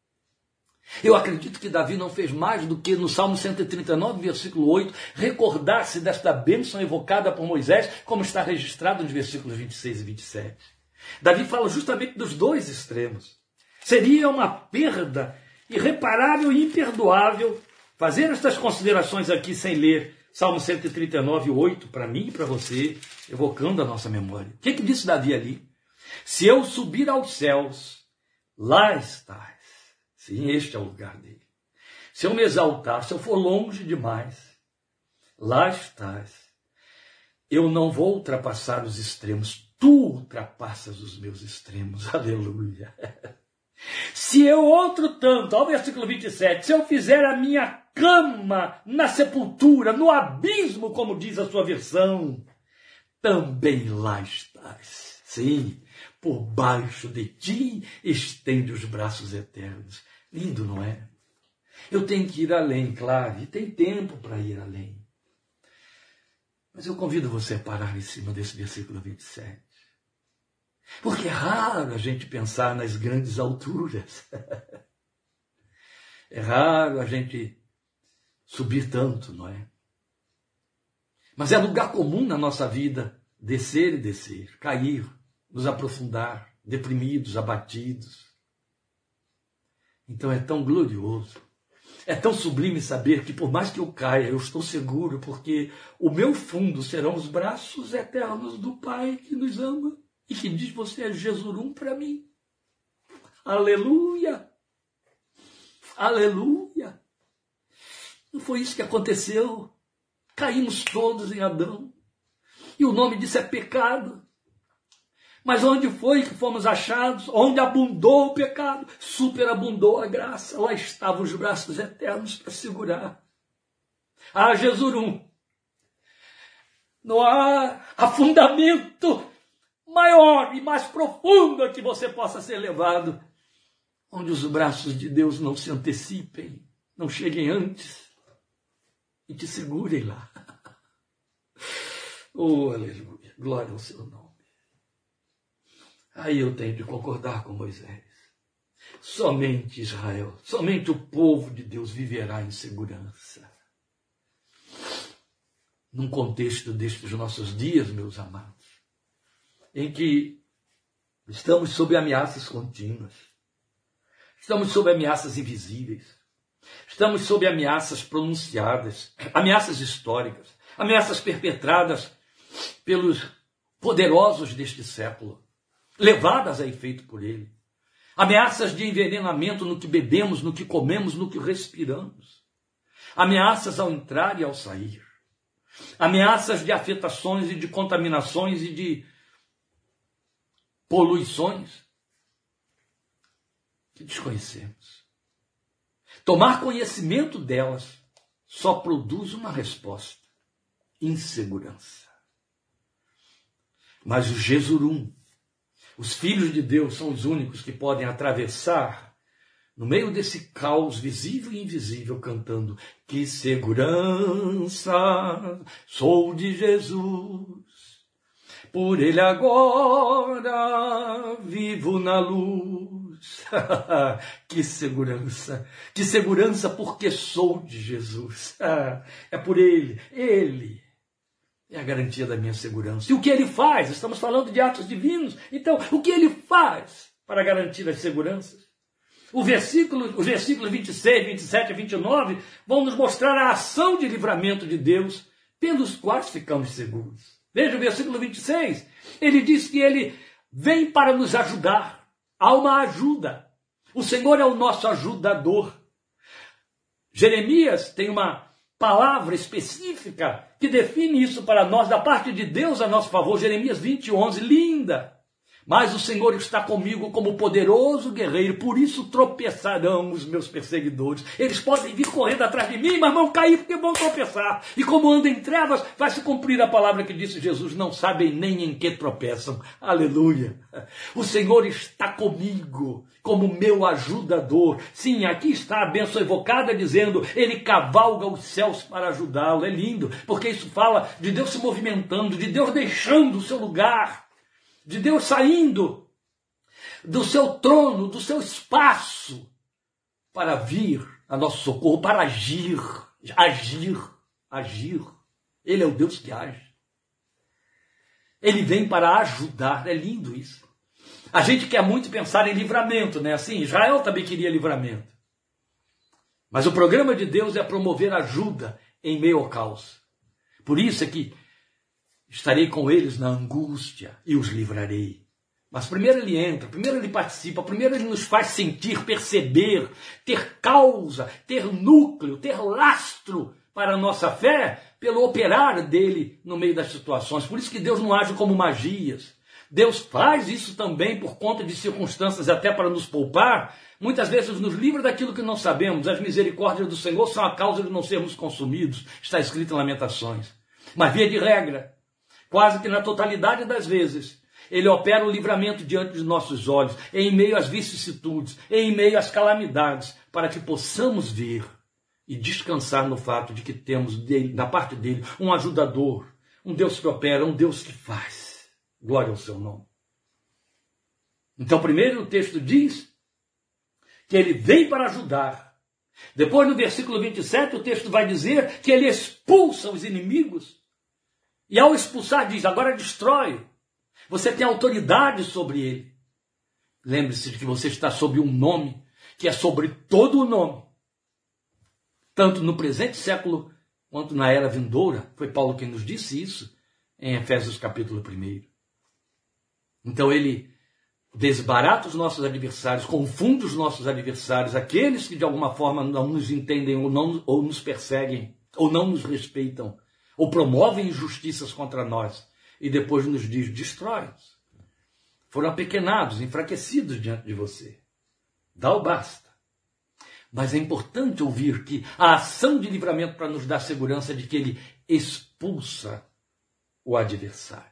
Speaker 1: Eu acredito que Davi não fez mais do que no Salmo 139, versículo 8, recordar-se desta bênção evocada por Moisés, como está registrado nos versículos 26 e 27. Davi fala justamente dos dois extremos. Seria uma perda irreparável e imperdoável fazer estas considerações aqui sem ler Salmo 139, 8, para mim e para você, evocando a nossa memória. O que disse Davi ali? Se eu subir aos céus, lá estás. Sim, este é o lugar dele. Se eu me exaltar, se eu for longe demais, lá estás. Eu não vou ultrapassar os extremos. Tu ultrapassas os meus extremos. Aleluia. Se eu outro tanto, ao versículo 27, se eu fizer a minha cama na sepultura, no abismo, como diz a sua versão, também lá estás. Sim, por baixo de ti estende os braços eternos. Lindo, não é? Eu tenho que ir além, claro, e tem tempo para ir além. Mas eu convido você a parar em cima desse versículo 27. Porque é raro a gente pensar nas grandes alturas. É raro a gente subir tanto, não é? Mas é lugar comum na nossa vida descer e descer, cair, nos aprofundar, deprimidos, abatidos. Então é tão glorioso, é tão sublime saber que por mais que eu caia, eu estou seguro, porque o meu fundo serão os braços eternos do Pai que nos ama. E que diz, você é Jesurum para mim. Aleluia! Aleluia! Não foi isso que aconteceu? Caímos todos em Adão. E o nome disso é pecado. Mas onde foi que fomos achados? Onde abundou o pecado, superabundou a graça. Lá estavam os braços eternos para segurar. Ah, Jesurum, não há fundamento maior e mais profundo a que você possa ser levado, onde os braços de Deus não se antecipem, não cheguem antes e te segurem lá. Oh, aleluia, glória ao seu nome. Aí eu tenho de concordar com Moisés. Somente Israel, somente o povo de Deus viverá em segurança. Num contexto destes nossos dias, meus amados, em que estamos sob ameaças contínuas, estamos sob ameaças invisíveis, estamos sob ameaças pronunciadas, ameaças históricas, ameaças perpetradas pelos poderosos deste século, levadas a efeito por ele. Ameaças de envenenamento no que bebemos, no que comemos, no que respiramos. Ameaças ao entrar e ao sair. Ameaças de afetações e de contaminações e de poluições que desconhecemos. Tomar conhecimento delas só produz uma resposta: insegurança. Mas o Jesurum, os filhos de Deus, são os únicos que podem atravessar no meio desse caos visível e invisível, cantando: que segurança sou de Jesus, por ele agora vivo na luz. Que segurança porque sou de Jesus. É por ele é a garantia da minha segurança. E o que ele faz? Estamos falando de atos divinos. Então, o que ele faz para garantir as seguranças? Os versículos 26, 27 e 29 vão nos mostrar a ação de livramento de Deus pelos quais ficamos seguros. Veja o versículo 26. Ele diz que ele vem para nos ajudar. Há uma ajuda. O Senhor é o nosso ajudador. Jeremias tem uma palavra específica que define isso para nós, da parte de Deus a nosso favor. Jeremias 20:11, linda. Mas o Senhor está comigo como poderoso guerreiro, por isso tropeçarão os meus perseguidores. Eles podem vir correndo atrás de mim, mas vão cair porque vão tropeçar. E como andam em trevas, vai se cumprir a palavra que disse Jesus: não sabem nem em que tropeçam. Aleluia! O Senhor está comigo como meu ajudador. Sim, aqui está a bênção evocada dizendo: ele cavalga os céus para ajudá-lo. É lindo, porque isso fala de Deus se movimentando, de Deus deixando o seu lugar, de Deus saindo do seu trono, do seu espaço, para vir a nosso socorro, para agir. Ele é o Deus que age. Ele vem para ajudar. É lindo isso. A gente quer muito pensar em livramento, né? Assim, Israel também queria livramento. Mas o programa de Deus é promover ajuda em meio ao caos. Por isso é que estarei com eles na angústia e os livrarei. Mas primeiro ele entra, primeiro ele participa, primeiro ele nos faz sentir, perceber, ter causa, ter núcleo, ter lastro para a nossa fé pelo operar dele no meio das situações. Por isso que Deus não age como magias. Deus faz isso também por conta de circunstâncias, até para nos poupar. Muitas vezes nos livra daquilo que não sabemos. As misericórdias do Senhor são a causa de não sermos consumidos. Está escrito em Lamentações. Mas via de regra, quase que na totalidade das vezes, ele opera o livramento diante de nossos olhos, em meio às vicissitudes, em meio às calamidades, para que possamos ver e descansar no fato de que temos dele, da parte dele um ajudador, um Deus que opera, um Deus que faz. Glória ao seu nome. Então, primeiro o texto diz que ele vem para ajudar. Depois, no versículo 27, o texto vai dizer que ele expulsa os inimigos. E ao expulsar, diz: agora destrói. Você tem autoridade sobre ele. Lembre-se de que você está sob um nome que é sobre todo o nome. Tanto no presente século quanto na era vindoura. Foi Paulo quem nos disse isso em Efésios capítulo 1. Então ele desbarata os nossos adversários, confunde os nossos adversários, aqueles que de alguma forma não nos entendem ou nos perseguem, ou não nos respeitam, ou promovem injustiças contra nós, e depois nos diz: destrói-os. foram apequenados, enfraquecidos diante de você. Dá o basta. Mas é importante ouvir que a ação de livramento para nos dar segurança de que ele expulsa o adversário.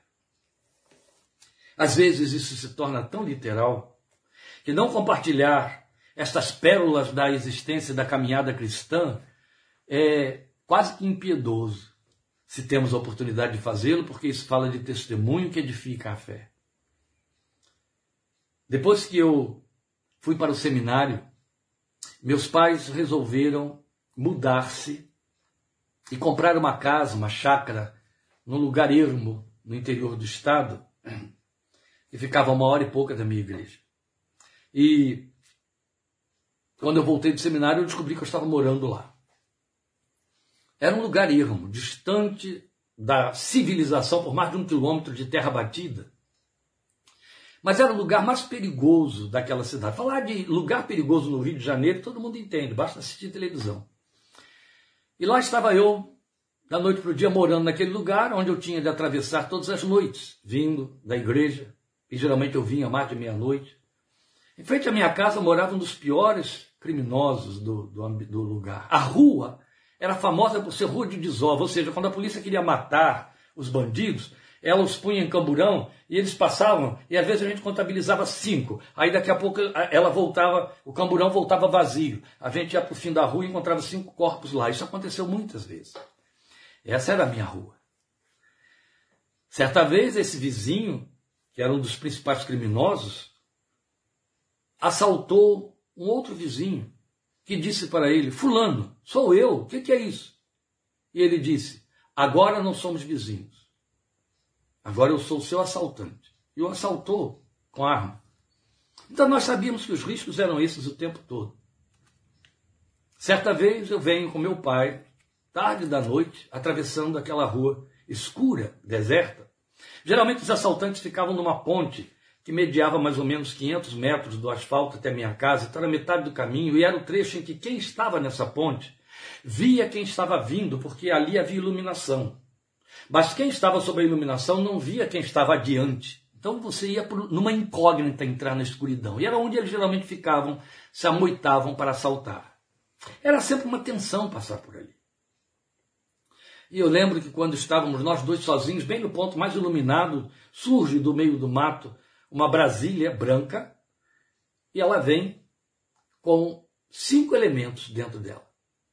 Speaker 1: Às vezes isso se torna tão literal que não compartilhar estas pérolas da existência da caminhada cristã é quase que impiedoso, se temos a oportunidade de fazê-lo, porque isso fala de testemunho que edifica a fé. Depois que eu fui para o seminário, meus pais resolveram mudar-se e comprar uma casa, uma chácara, num lugar ermo, no interior do estado, que ficava a 1h e pouca da minha igreja. E quando eu voltei do seminário, eu descobri que eu estava morando lá. Era um lugar ermo, distante da civilização por mais de 1 quilômetro de terra batida. Mas era o lugar mais perigoso daquela cidade. Falar de lugar perigoso no Rio de Janeiro, todo mundo entende, basta assistir televisão. E lá estava eu, da noite para o dia, morando naquele lugar, onde eu tinha de atravessar todas as noites, vindo da igreja, e geralmente eu vinha mais de meia-noite. Em frente à minha casa morava um dos piores criminosos do lugar. A rua era famosa por ser rua de desova, ou seja, quando a polícia queria matar os bandidos, ela os punha em camburão e eles passavam, e às vezes a gente contabilizava 5. Aí daqui a pouco ela voltava, o camburão voltava vazio. A gente ia para o fim da rua e encontrava 5 corpos lá. Isso aconteceu muitas vezes. Essa era a minha rua. Certa vez esse vizinho, que era um dos principais criminosos, assaltou um outro vizinho, que disse para ele: fulano, sou eu, o que é isso? E ele disse: agora não somos vizinhos. Agora eu sou o seu assaltante. E o assaltou com arma. Então nós sabíamos que os riscos eram esses o tempo todo. Certa vez eu venho com meu pai, tarde da noite, atravessando aquela rua escura, deserta. Geralmente os assaltantes ficavam numa ponte que mediava mais ou menos 500 metros do asfalto até a minha casa, então era metade do caminho, e era o trecho em que quem estava nessa ponte via quem estava vindo, porque ali havia iluminação. Mas quem estava sob a iluminação não via quem estava adiante. Então você ia numa incógnita entrar na escuridão. E era onde eles geralmente ficavam, se amoitavam para assaltar. Era sempre uma tensão passar por ali. E eu lembro que quando estávamos nós dois sozinhos, bem no ponto mais iluminado, surge do meio do mato uma Brasília branca, e ela vem com 5 elementos dentro dela.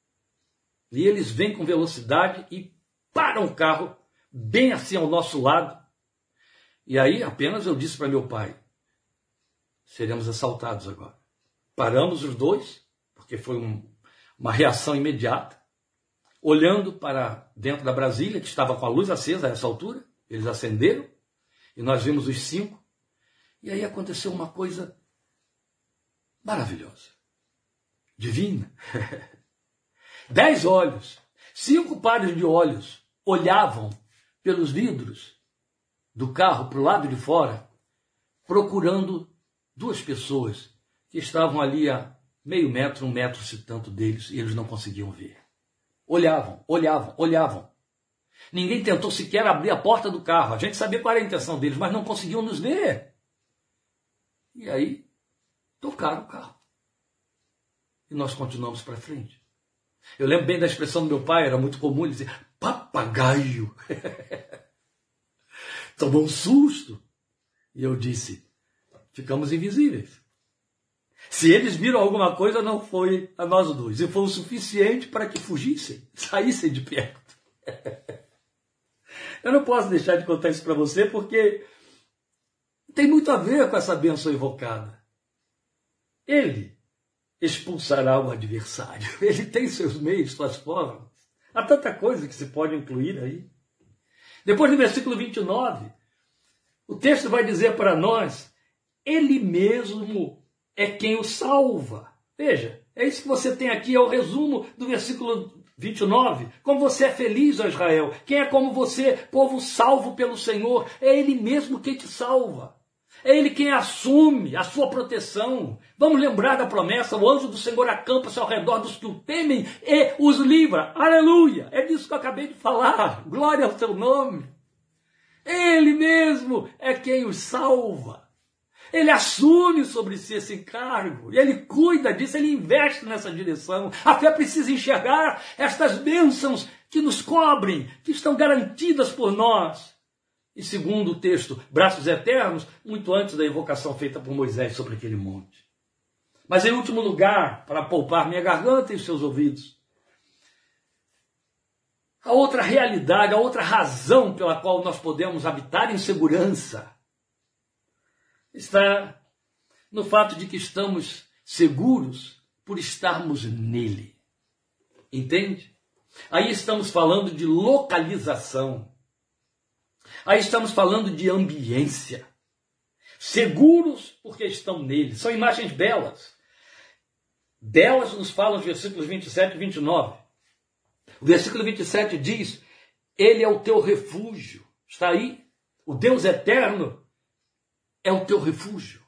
Speaker 1: E eles vêm com velocidade e param o carro bem assim ao nosso lado. E aí apenas eu disse para meu pai: seremos assaltados agora. Paramos os dois, porque foi uma reação imediata, olhando para dentro da Brasília, que estava com a luz acesa a essa altura. Eles acenderam e nós vimos os 5. E aí aconteceu uma coisa maravilhosa, divina. 10 olhos, 5 pares de olhos olhavam pelos vidros do carro para o lado de fora, procurando 2 pessoas que estavam ali a meio metro, 1 metro se tanto deles, e eles não conseguiam ver. Olhavam, olhavam, olhavam. Ninguém tentou sequer abrir a porta do carro. A gente sabia qual era a intenção deles, mas não conseguiam nos ver. E aí, tocaram o carro. E nós continuamos para frente. Eu lembro bem da expressão do meu pai, era muito comum ele dizer: papagaio. Tomou um susto. E eu disse: ficamos invisíveis. Se eles viram alguma coisa, não foi a nós dois. E foi o suficiente para que fugissem, saíssem de perto. Eu não posso deixar de contar isso para você, porque tem muito a ver com essa bênção invocada. Ele expulsará o adversário. Ele tem seus meios, suas formas. Há tanta coisa que se pode incluir aí. Depois, no versículo 29, o texto vai dizer para nós: ele mesmo é quem o salva. Veja, é isso que você tem aqui, é o resumo do versículo 29. Como você é feliz, ó Israel. Quem é como você, povo salvo pelo Senhor? É ele mesmo quem te salva. É ele quem assume a sua proteção. Vamos lembrar da promessa: o anjo do Senhor acampa-se ao redor dos que o temem e os livra. Aleluia! É disso que eu acabei de falar. Glória ao seu nome. Ele mesmo é quem os salva. Ele assume sobre si esse encargo, e ele cuida disso, ele investe nessa direção. A fé precisa enxergar estas bênçãos que nos cobrem, que estão garantidas por nós. E segundo o texto, braços eternos, muito antes da invocação feita por Moisés sobre aquele monte. Mas em último lugar, para poupar minha garganta e os seus ouvidos, a outra realidade, a outra razão pela qual nós podemos habitar em segurança está no fato de que estamos seguros por estarmos nele. Entende? Aí estamos falando de localização. Aí estamos falando de ambiência. Seguros porque estão nele. São imagens belas. Belas nos falam os versículos 27 e 29. O versículo 27 diz: ele é o teu refúgio. Está aí? O Deus eterno é o teu refúgio.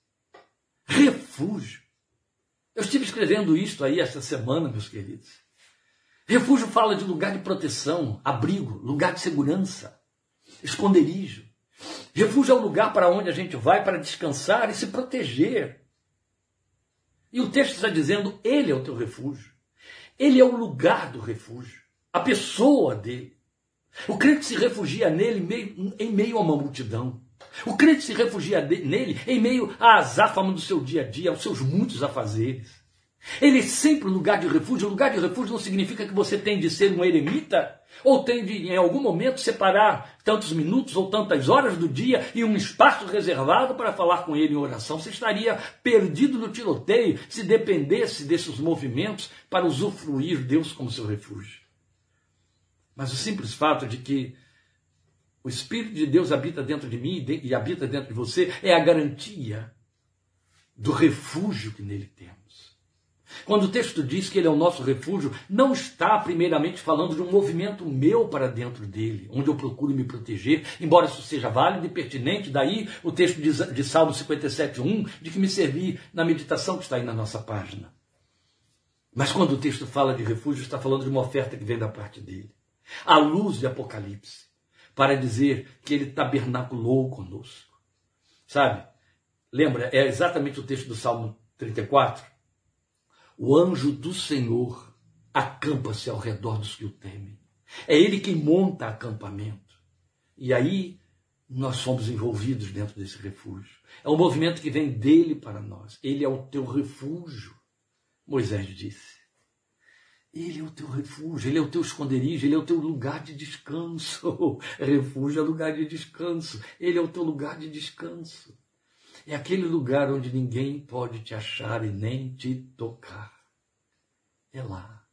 Speaker 1: Refúgio. Eu estive escrevendo isto aí esta semana, meus queridos. Refúgio fala de lugar de proteção, abrigo, lugar de segurança, esconderijo. Refúgio é o lugar para onde a gente vai para descansar e se proteger. E o texto está dizendo, ele é o teu refúgio. Ele é o lugar do refúgio, a pessoa dele. O crente se refugia nele em meio a uma multidão. O crente se refugia nele em meio à azáfama do seu dia a dia, aos seus muitos afazeres. Ele é sempre o lugar de refúgio. O lugar de refúgio não significa que você tem de ser um eremita, ou tem de, em algum momento, separar tantos minutos ou tantas horas do dia e um espaço reservado para falar com ele em oração. Você estaria perdido no tiroteio se dependesse desses movimentos para usufruir Deus como seu refúgio. Mas o simples fato de que o Espírito de Deus habita dentro de mim e habita dentro de você é a garantia do refúgio que nele temos. Quando o texto diz que ele é o nosso refúgio, não está primeiramente falando de um movimento meu para dentro dele, onde eu procuro me proteger, embora isso seja válido e pertinente. Daí o texto de Salmo 57:1, de que me servi na meditação que está aí na nossa página. Mas quando o texto fala de refúgio, está falando de uma oferta que vem da parte dele, à luz de Apocalipse, para dizer que ele tabernaculou conosco. Sabe? Lembra? É exatamente o texto do Salmo 34. O anjo do Senhor acampa-se ao redor dos que o temem. É ele quem monta acampamento. E aí nós somos envolvidos dentro desse refúgio. É um movimento que vem dele para nós. Ele é o teu refúgio, Moisés disse. Ele é o teu refúgio, ele é o teu esconderijo, ele é o teu lugar de descanso. Refúgio é lugar de descanso. Ele é o teu lugar de descanso. É aquele lugar onde ninguém pode te achar e nem te tocar. É lá.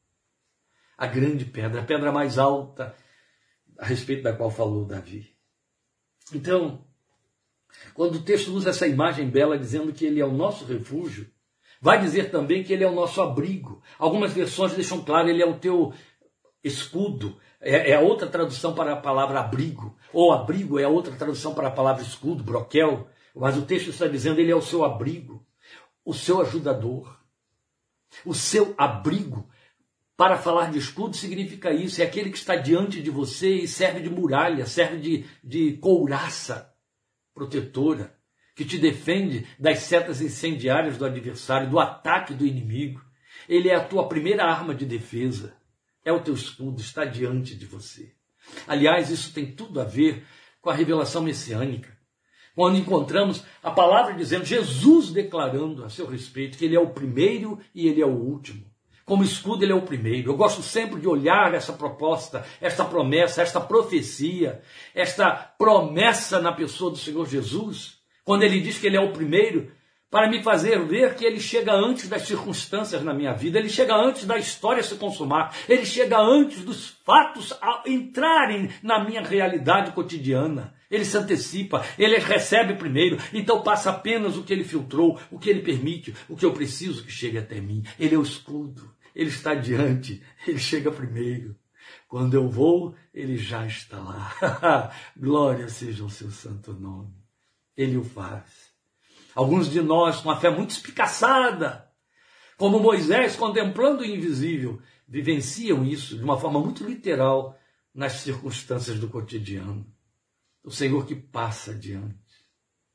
Speaker 1: A grande pedra, a pedra mais alta, a respeito da qual falou Davi. Então, quando o texto usa essa imagem bela dizendo que ele é o nosso refúgio, vai dizer também que ele é o nosso abrigo. Algumas versões deixam claro, ele é o teu escudo. É a outra tradução para a palavra abrigo. Ou abrigo é a outra tradução para a palavra escudo, broquel. Mas o texto está dizendo, ele é o seu abrigo, o seu ajudador. O seu abrigo, para falar de escudo, significa isso. É aquele que está diante de você e serve de muralha, serve de couraça protetora, que te defende das setas incendiárias do adversário, do ataque do inimigo. Ele é a tua primeira arma de defesa. É o teu escudo, está diante de você. Aliás, isso tem tudo a ver com a revelação messiânica. Quando encontramos a palavra dizendo, Jesus declarando a seu respeito que ele é o primeiro e ele é o último. Como escudo ele é o primeiro. Eu gosto sempre de olhar essa proposta, esta promessa, esta profecia, esta promessa na pessoa do Senhor Jesus, quando ele diz que ele é o primeiro, para me fazer ver que ele chega antes das circunstâncias na minha vida, ele chega antes da história se consumar, ele chega antes dos fatos entrarem na minha realidade cotidiana. Ele se antecipa, ele recebe primeiro, então passa apenas o que ele filtrou, o que ele permite, o que eu preciso que chegue até mim. Ele é o escudo, ele está diante, ele chega primeiro. Quando eu vou, ele já está lá. Glória seja o seu santo nome. Ele o faz. Alguns de nós, com a fé muito espicaçada, como Moisés, contemplando o invisível, vivenciam isso de uma forma muito literal nas circunstâncias do cotidiano. O Senhor que passa adiante.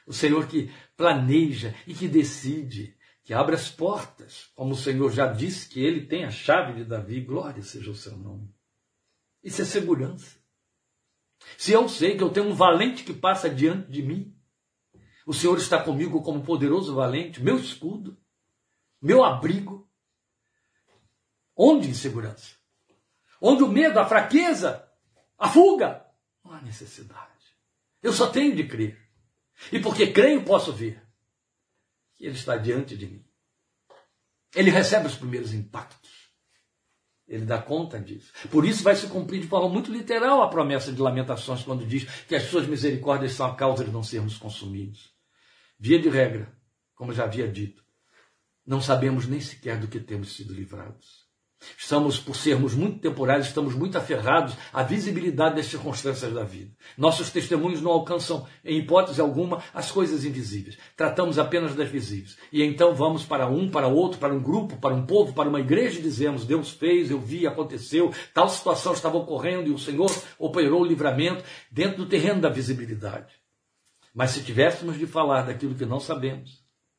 Speaker 1: O Senhor que planeja e que decide, que abre as portas, como o Senhor já disse que Ele tem a chave de Davi, glória seja o seu nome. Isso é segurança. Se eu sei que eu tenho um valente que passa diante de mim, o Senhor está comigo como poderoso valente, meu escudo, meu abrigo. Onde insegurança? Onde o medo, a fraqueza, a fuga? Não há necessidade. Eu só tenho de crer. E porque creio, posso ver que Ele está diante de mim. Ele recebe os primeiros impactos. Ele dá conta disso. Por isso vai se cumprir de forma muito literal a promessa de Lamentações, quando diz que as suas misericórdias são a causa de não sermos consumidos. Via de regra, como já havia dito, não sabemos nem sequer do que temos sido livrados. Estamos, por sermos muito temporários, estamos muito aferrados à visibilidade das circunstâncias da vida. Nossos testemunhos não alcançam, em hipótese alguma, as coisas invisíveis. Tratamos apenas das visíveis. E então vamos para um, para outro, para um grupo, para um povo, para uma igreja e dizemos: Deus fez, eu vi, aconteceu, tal situação estava ocorrendo e o Senhor operou o livramento dentro do terreno da visibilidade. Mas se tivéssemos de falar daquilo que não sabemos,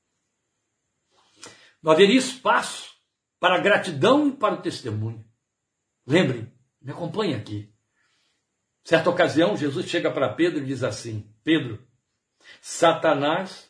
Speaker 1: não haveria espaço para a gratidão e para o testemunho. Lembrem, me acompanhem aqui. Certa ocasião, Jesus chega para Pedro e diz assim: Pedro, Satanás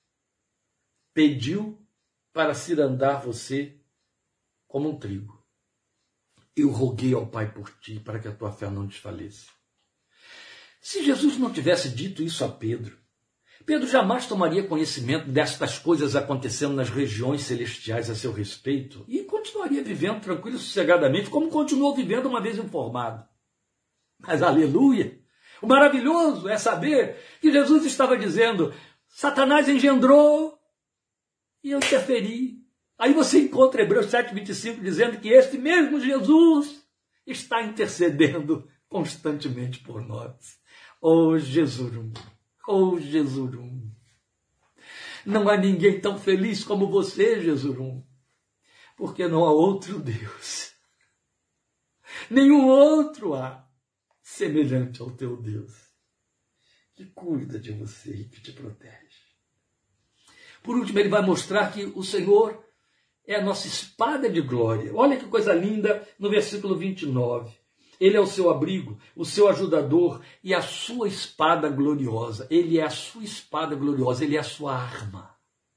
Speaker 1: pediu para cirandar você como um trigo. Eu roguei ao Pai por ti, para que a tua fé não desfaleça. Se Jesus não tivesse dito isso a Pedro, Pedro jamais tomaria conhecimento destas coisas acontecendo nas regiões celestiais a seu respeito e continuaria vivendo tranquilo e sossegadamente, como continuou vivendo uma vez informado. Mas, aleluia, o maravilhoso é saber que Jesus estava dizendo: Satanás engendrou e eu interferi. Aí você encontra Hebreus 7,25 dizendo que este mesmo Jesus está intercedendo constantemente por nós. Oh, Jesus! Oh, Jesurum, não há ninguém tão feliz como você, Jesurum, porque não há outro Deus. Nenhum outro há semelhante ao teu Deus, que cuida de você e que te protege. Por último, ele vai mostrar que o Senhor é a nossa espada de glória. Olha que coisa linda no versículo 29. Ele é o seu abrigo, o seu ajudador e a sua espada gloriosa. Ele é a sua espada gloriosa, ele é a sua arma.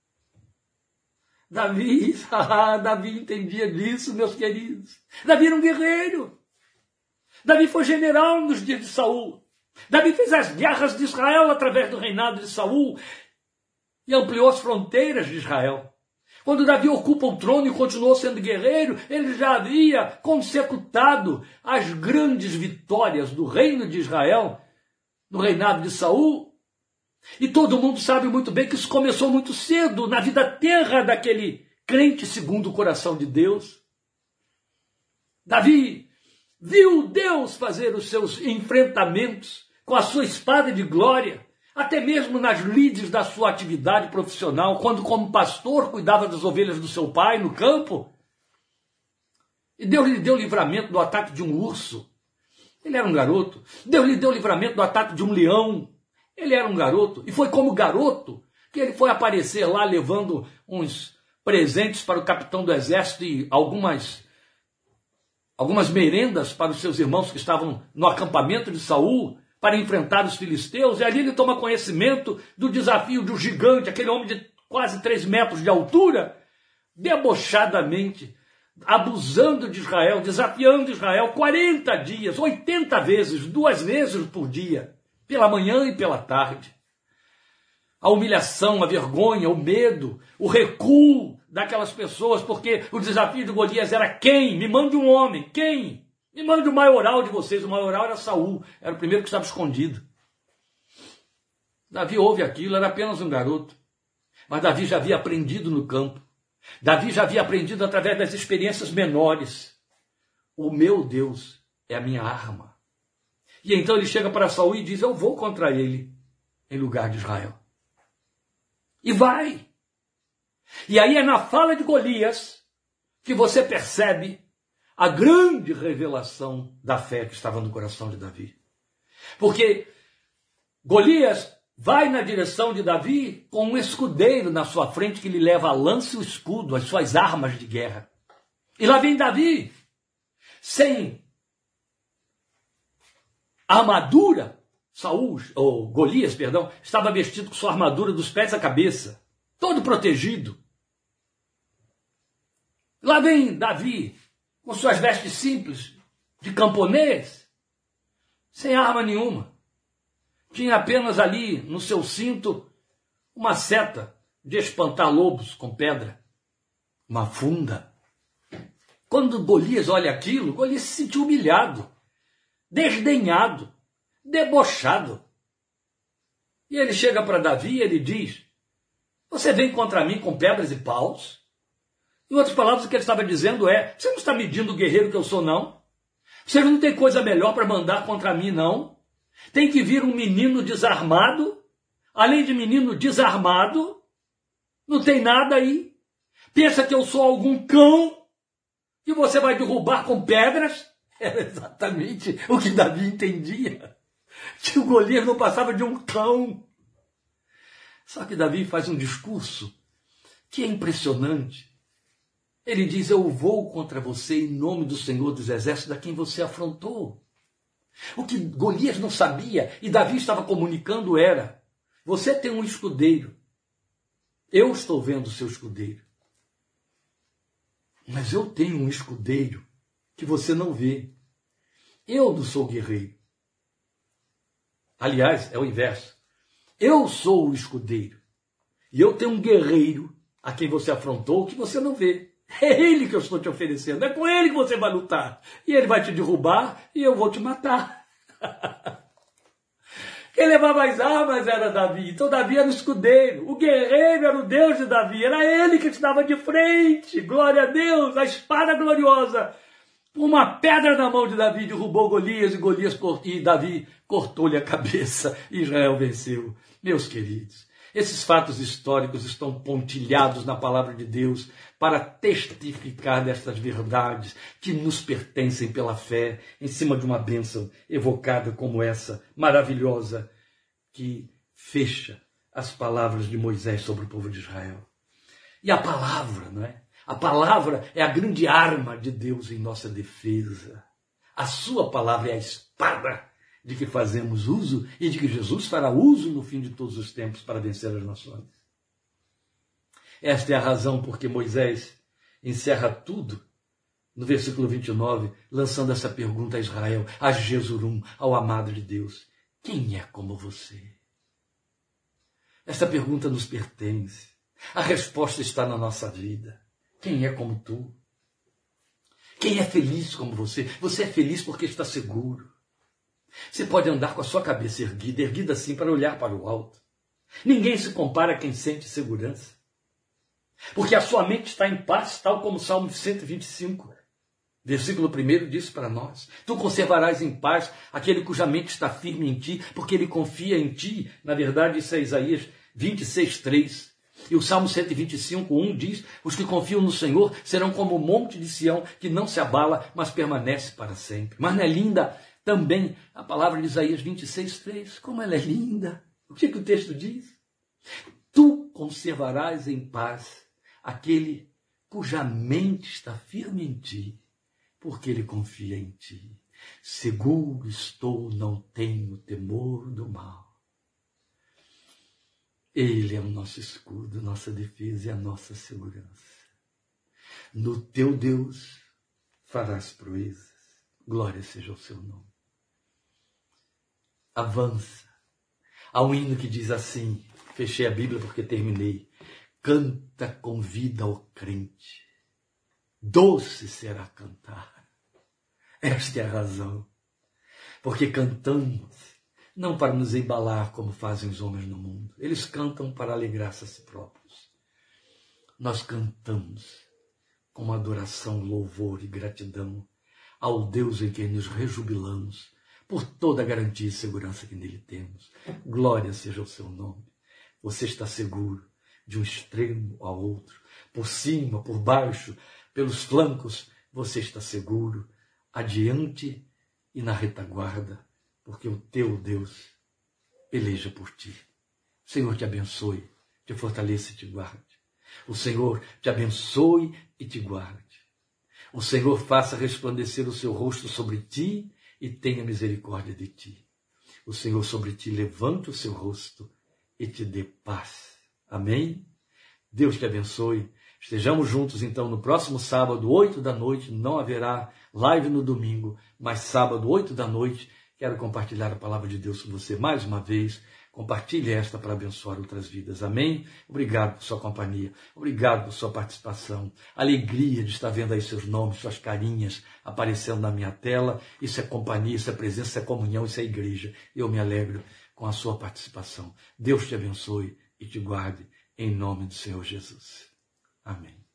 Speaker 1: Davi entendia disso, meus queridos. Davi era um guerreiro. Davi foi general nos dias de Saul. Davi fez as guerras de Israel através do reinado de Saul e ampliou as fronteiras de Israel. Quando Davi ocupa o trono e continuou sendo guerreiro, ele já havia consecutado as grandes vitórias do reino de Israel, no reinado de Saul. E todo mundo sabe muito bem que isso começou muito cedo, na vida terra daquele crente segundo o coração de Deus. Davi viu Deus fazer os seus enfrentamentos com a sua espada de glória, até mesmo nas lides da sua atividade profissional, quando como pastor cuidava das ovelhas do seu pai no campo. E Deus lhe deu livramento do ataque de um urso. Ele era um garoto. Deus lhe deu livramento do ataque de um leão. Ele era um garoto. E foi como garoto que ele foi aparecer lá levando uns presentes para o capitão do exército e algumas merendas para os seus irmãos que estavam no acampamento de Saul, para enfrentar os filisteus, e ali ele toma conhecimento do desafio de um gigante, aquele homem de quase 3 metros de altura, debochadamente, abusando de Israel, desafiando Israel 40 dias, 80 vezes, 2 vezes por dia, pela manhã e pela tarde. A humilhação, a vergonha, o medo, o recuo daquelas pessoas, porque o desafio de Golias era: quem? Me mande um homem. Quem? Me mande o maioral de vocês. O maioral era Saul, era o primeiro que estava escondido. Davi ouve aquilo, era apenas um garoto. Mas Davi já havia aprendido no campo. Davi já havia aprendido através das experiências menores. O meu Deus é a minha arma. E então ele chega para Saul e diz: eu vou contra ele em lugar de Israel. E vai. E aí é na fala de Golias que você percebe a grande revelação da fé que estava no coração de Davi. Porque Golias vai na direção de Davi com um escudeiro na sua frente que lhe leva a lança e o escudo, as suas armas de guerra. E lá vem Davi, sem armadura. Golias, estava vestido com sua armadura dos pés à cabeça, todo protegido. Lá vem Davi, com suas vestes simples, de camponês, sem arma nenhuma. Tinha apenas ali, no seu cinto, uma seta de espantar lobos com pedra, uma funda. Quando Golias olha aquilo, Golias se sentiu humilhado, desdenhado, debochado. E ele chega para Davi e ele diz: você vem contra mim com pedras e paus? Em outras palavras, o que ele estava dizendo é: você não está medindo o guerreiro que eu sou, não? Você não tem coisa melhor para mandar contra mim, não? Tem que vir um menino desarmado? Além de menino desarmado, não tem nada aí? Pensa que eu sou algum cão que você vai derrubar com pedras? Era exatamente o que Davi entendia. Que o Golias não passava de um cão. Só que Davi faz um discurso que é impressionante. Ele diz: eu vou contra você em nome do Senhor dos Exércitos, a quem você afrontou. O que Golias não sabia, e Davi estava comunicando, era: você tem um escudeiro. Eu estou vendo o seu escudeiro. Mas eu tenho um escudeiro que você não vê. Eu não sou guerreiro. Aliás, é o inverso. Eu sou o escudeiro. E eu tenho um guerreiro a quem você afrontou que você não vê. É ele que eu estou te oferecendo. É com ele que você vai lutar. E ele vai te derrubar e eu vou te matar. Quem levava as armas era Davi. Então Davi era o escudeiro. O guerreiro era o Deus de Davi. Era ele que estava de frente. Glória a Deus. A espada gloriosa. Uma pedra na mão de Davi derrubou Golias e Davi cortou-lhe a cabeça. Israel venceu. Meus queridos, esses fatos históricos estão pontilhados na palavra de Deus para testificar destas verdades que nos pertencem pela fé, em cima de uma bênção evocada como essa, maravilhosa, que fecha as palavras de Moisés sobre o povo de Israel. E a palavra, não é? A palavra é a grande arma de Deus em nossa defesa. A sua palavra é a espada de que fazemos uso e de que Jesus fará uso no fim de todos os tempos para vencer as nações. Esta é a razão por que Moisés encerra tudo no versículo 29, lançando essa pergunta a Israel, a Jesurum, ao amado de Deus: quem é como você? Esta pergunta nos pertence. A resposta está na nossa vida. Quem é como tu? Quem é feliz como você? Você é feliz porque está seguro. Você pode andar com a sua cabeça erguida, erguida assim para olhar para o alto. Ninguém se compara a quem sente segurança. Porque a sua mente está em paz, tal como o Salmo 125, versículo 1 diz para nós: tu conservarás em paz aquele cuja mente está firme em ti, porque ele confia em ti. Na verdade, isso é Isaías 26:3. E o Salmo 125:1 diz: os que confiam no Senhor serão como o monte de Sião, que não se abala, mas permanece para sempre. Mas não é linda também a palavra de Isaías 26:3? Como ela é linda! O que o texto diz? Tu conservarás em paz aquele cuja mente está firme em ti, porque ele confia em ti. Seguro estou, não tenho temor do mal. Ele é o nosso escudo, nossa defesa e a nossa segurança. No teu Deus farás proezas. Glória seja o seu nome. Avança. Há um hino que diz assim, fechei a Bíblia porque terminei: canta com vida ao crente, doce será cantar. Esta é a razão, porque cantamos não para nos embalar como fazem os homens no mundo. Eles cantam para alegrar-se a si próprios. Nós cantamos com adoração, louvor e gratidão ao Deus em quem nos rejubilamos por toda a garantia e segurança que nele temos. Glória seja o seu nome. Você está seguro de um extremo ao outro, por cima, por baixo, pelos flancos. Você está seguro, adiante e na retaguarda, porque o teu Deus peleja por ti. O Senhor te abençoe, te fortaleça e te guarde. O Senhor te abençoe e te guarde. O Senhor faça resplandecer o seu rosto sobre ti e tenha misericórdia de ti. O Senhor sobre ti levante o seu rosto e te dê paz. Amém? Deus te abençoe. Estejamos juntos então no próximo sábado, 8 da noite. Não haverá live no domingo, mas sábado, 8 da noite. Quero compartilhar a palavra de Deus com você mais uma vez. Compartilhe esta para abençoar outras vidas. Amém? Obrigado por sua companhia. Obrigado por sua participação. Alegria de estar vendo aí seus nomes, suas carinhas aparecendo na minha tela. Isso é companhia, isso é presença, isso é comunhão, isso é igreja. Eu me alegro com a sua participação. Deus te abençoe e te guarde em nome do Senhor Jesus. Amém.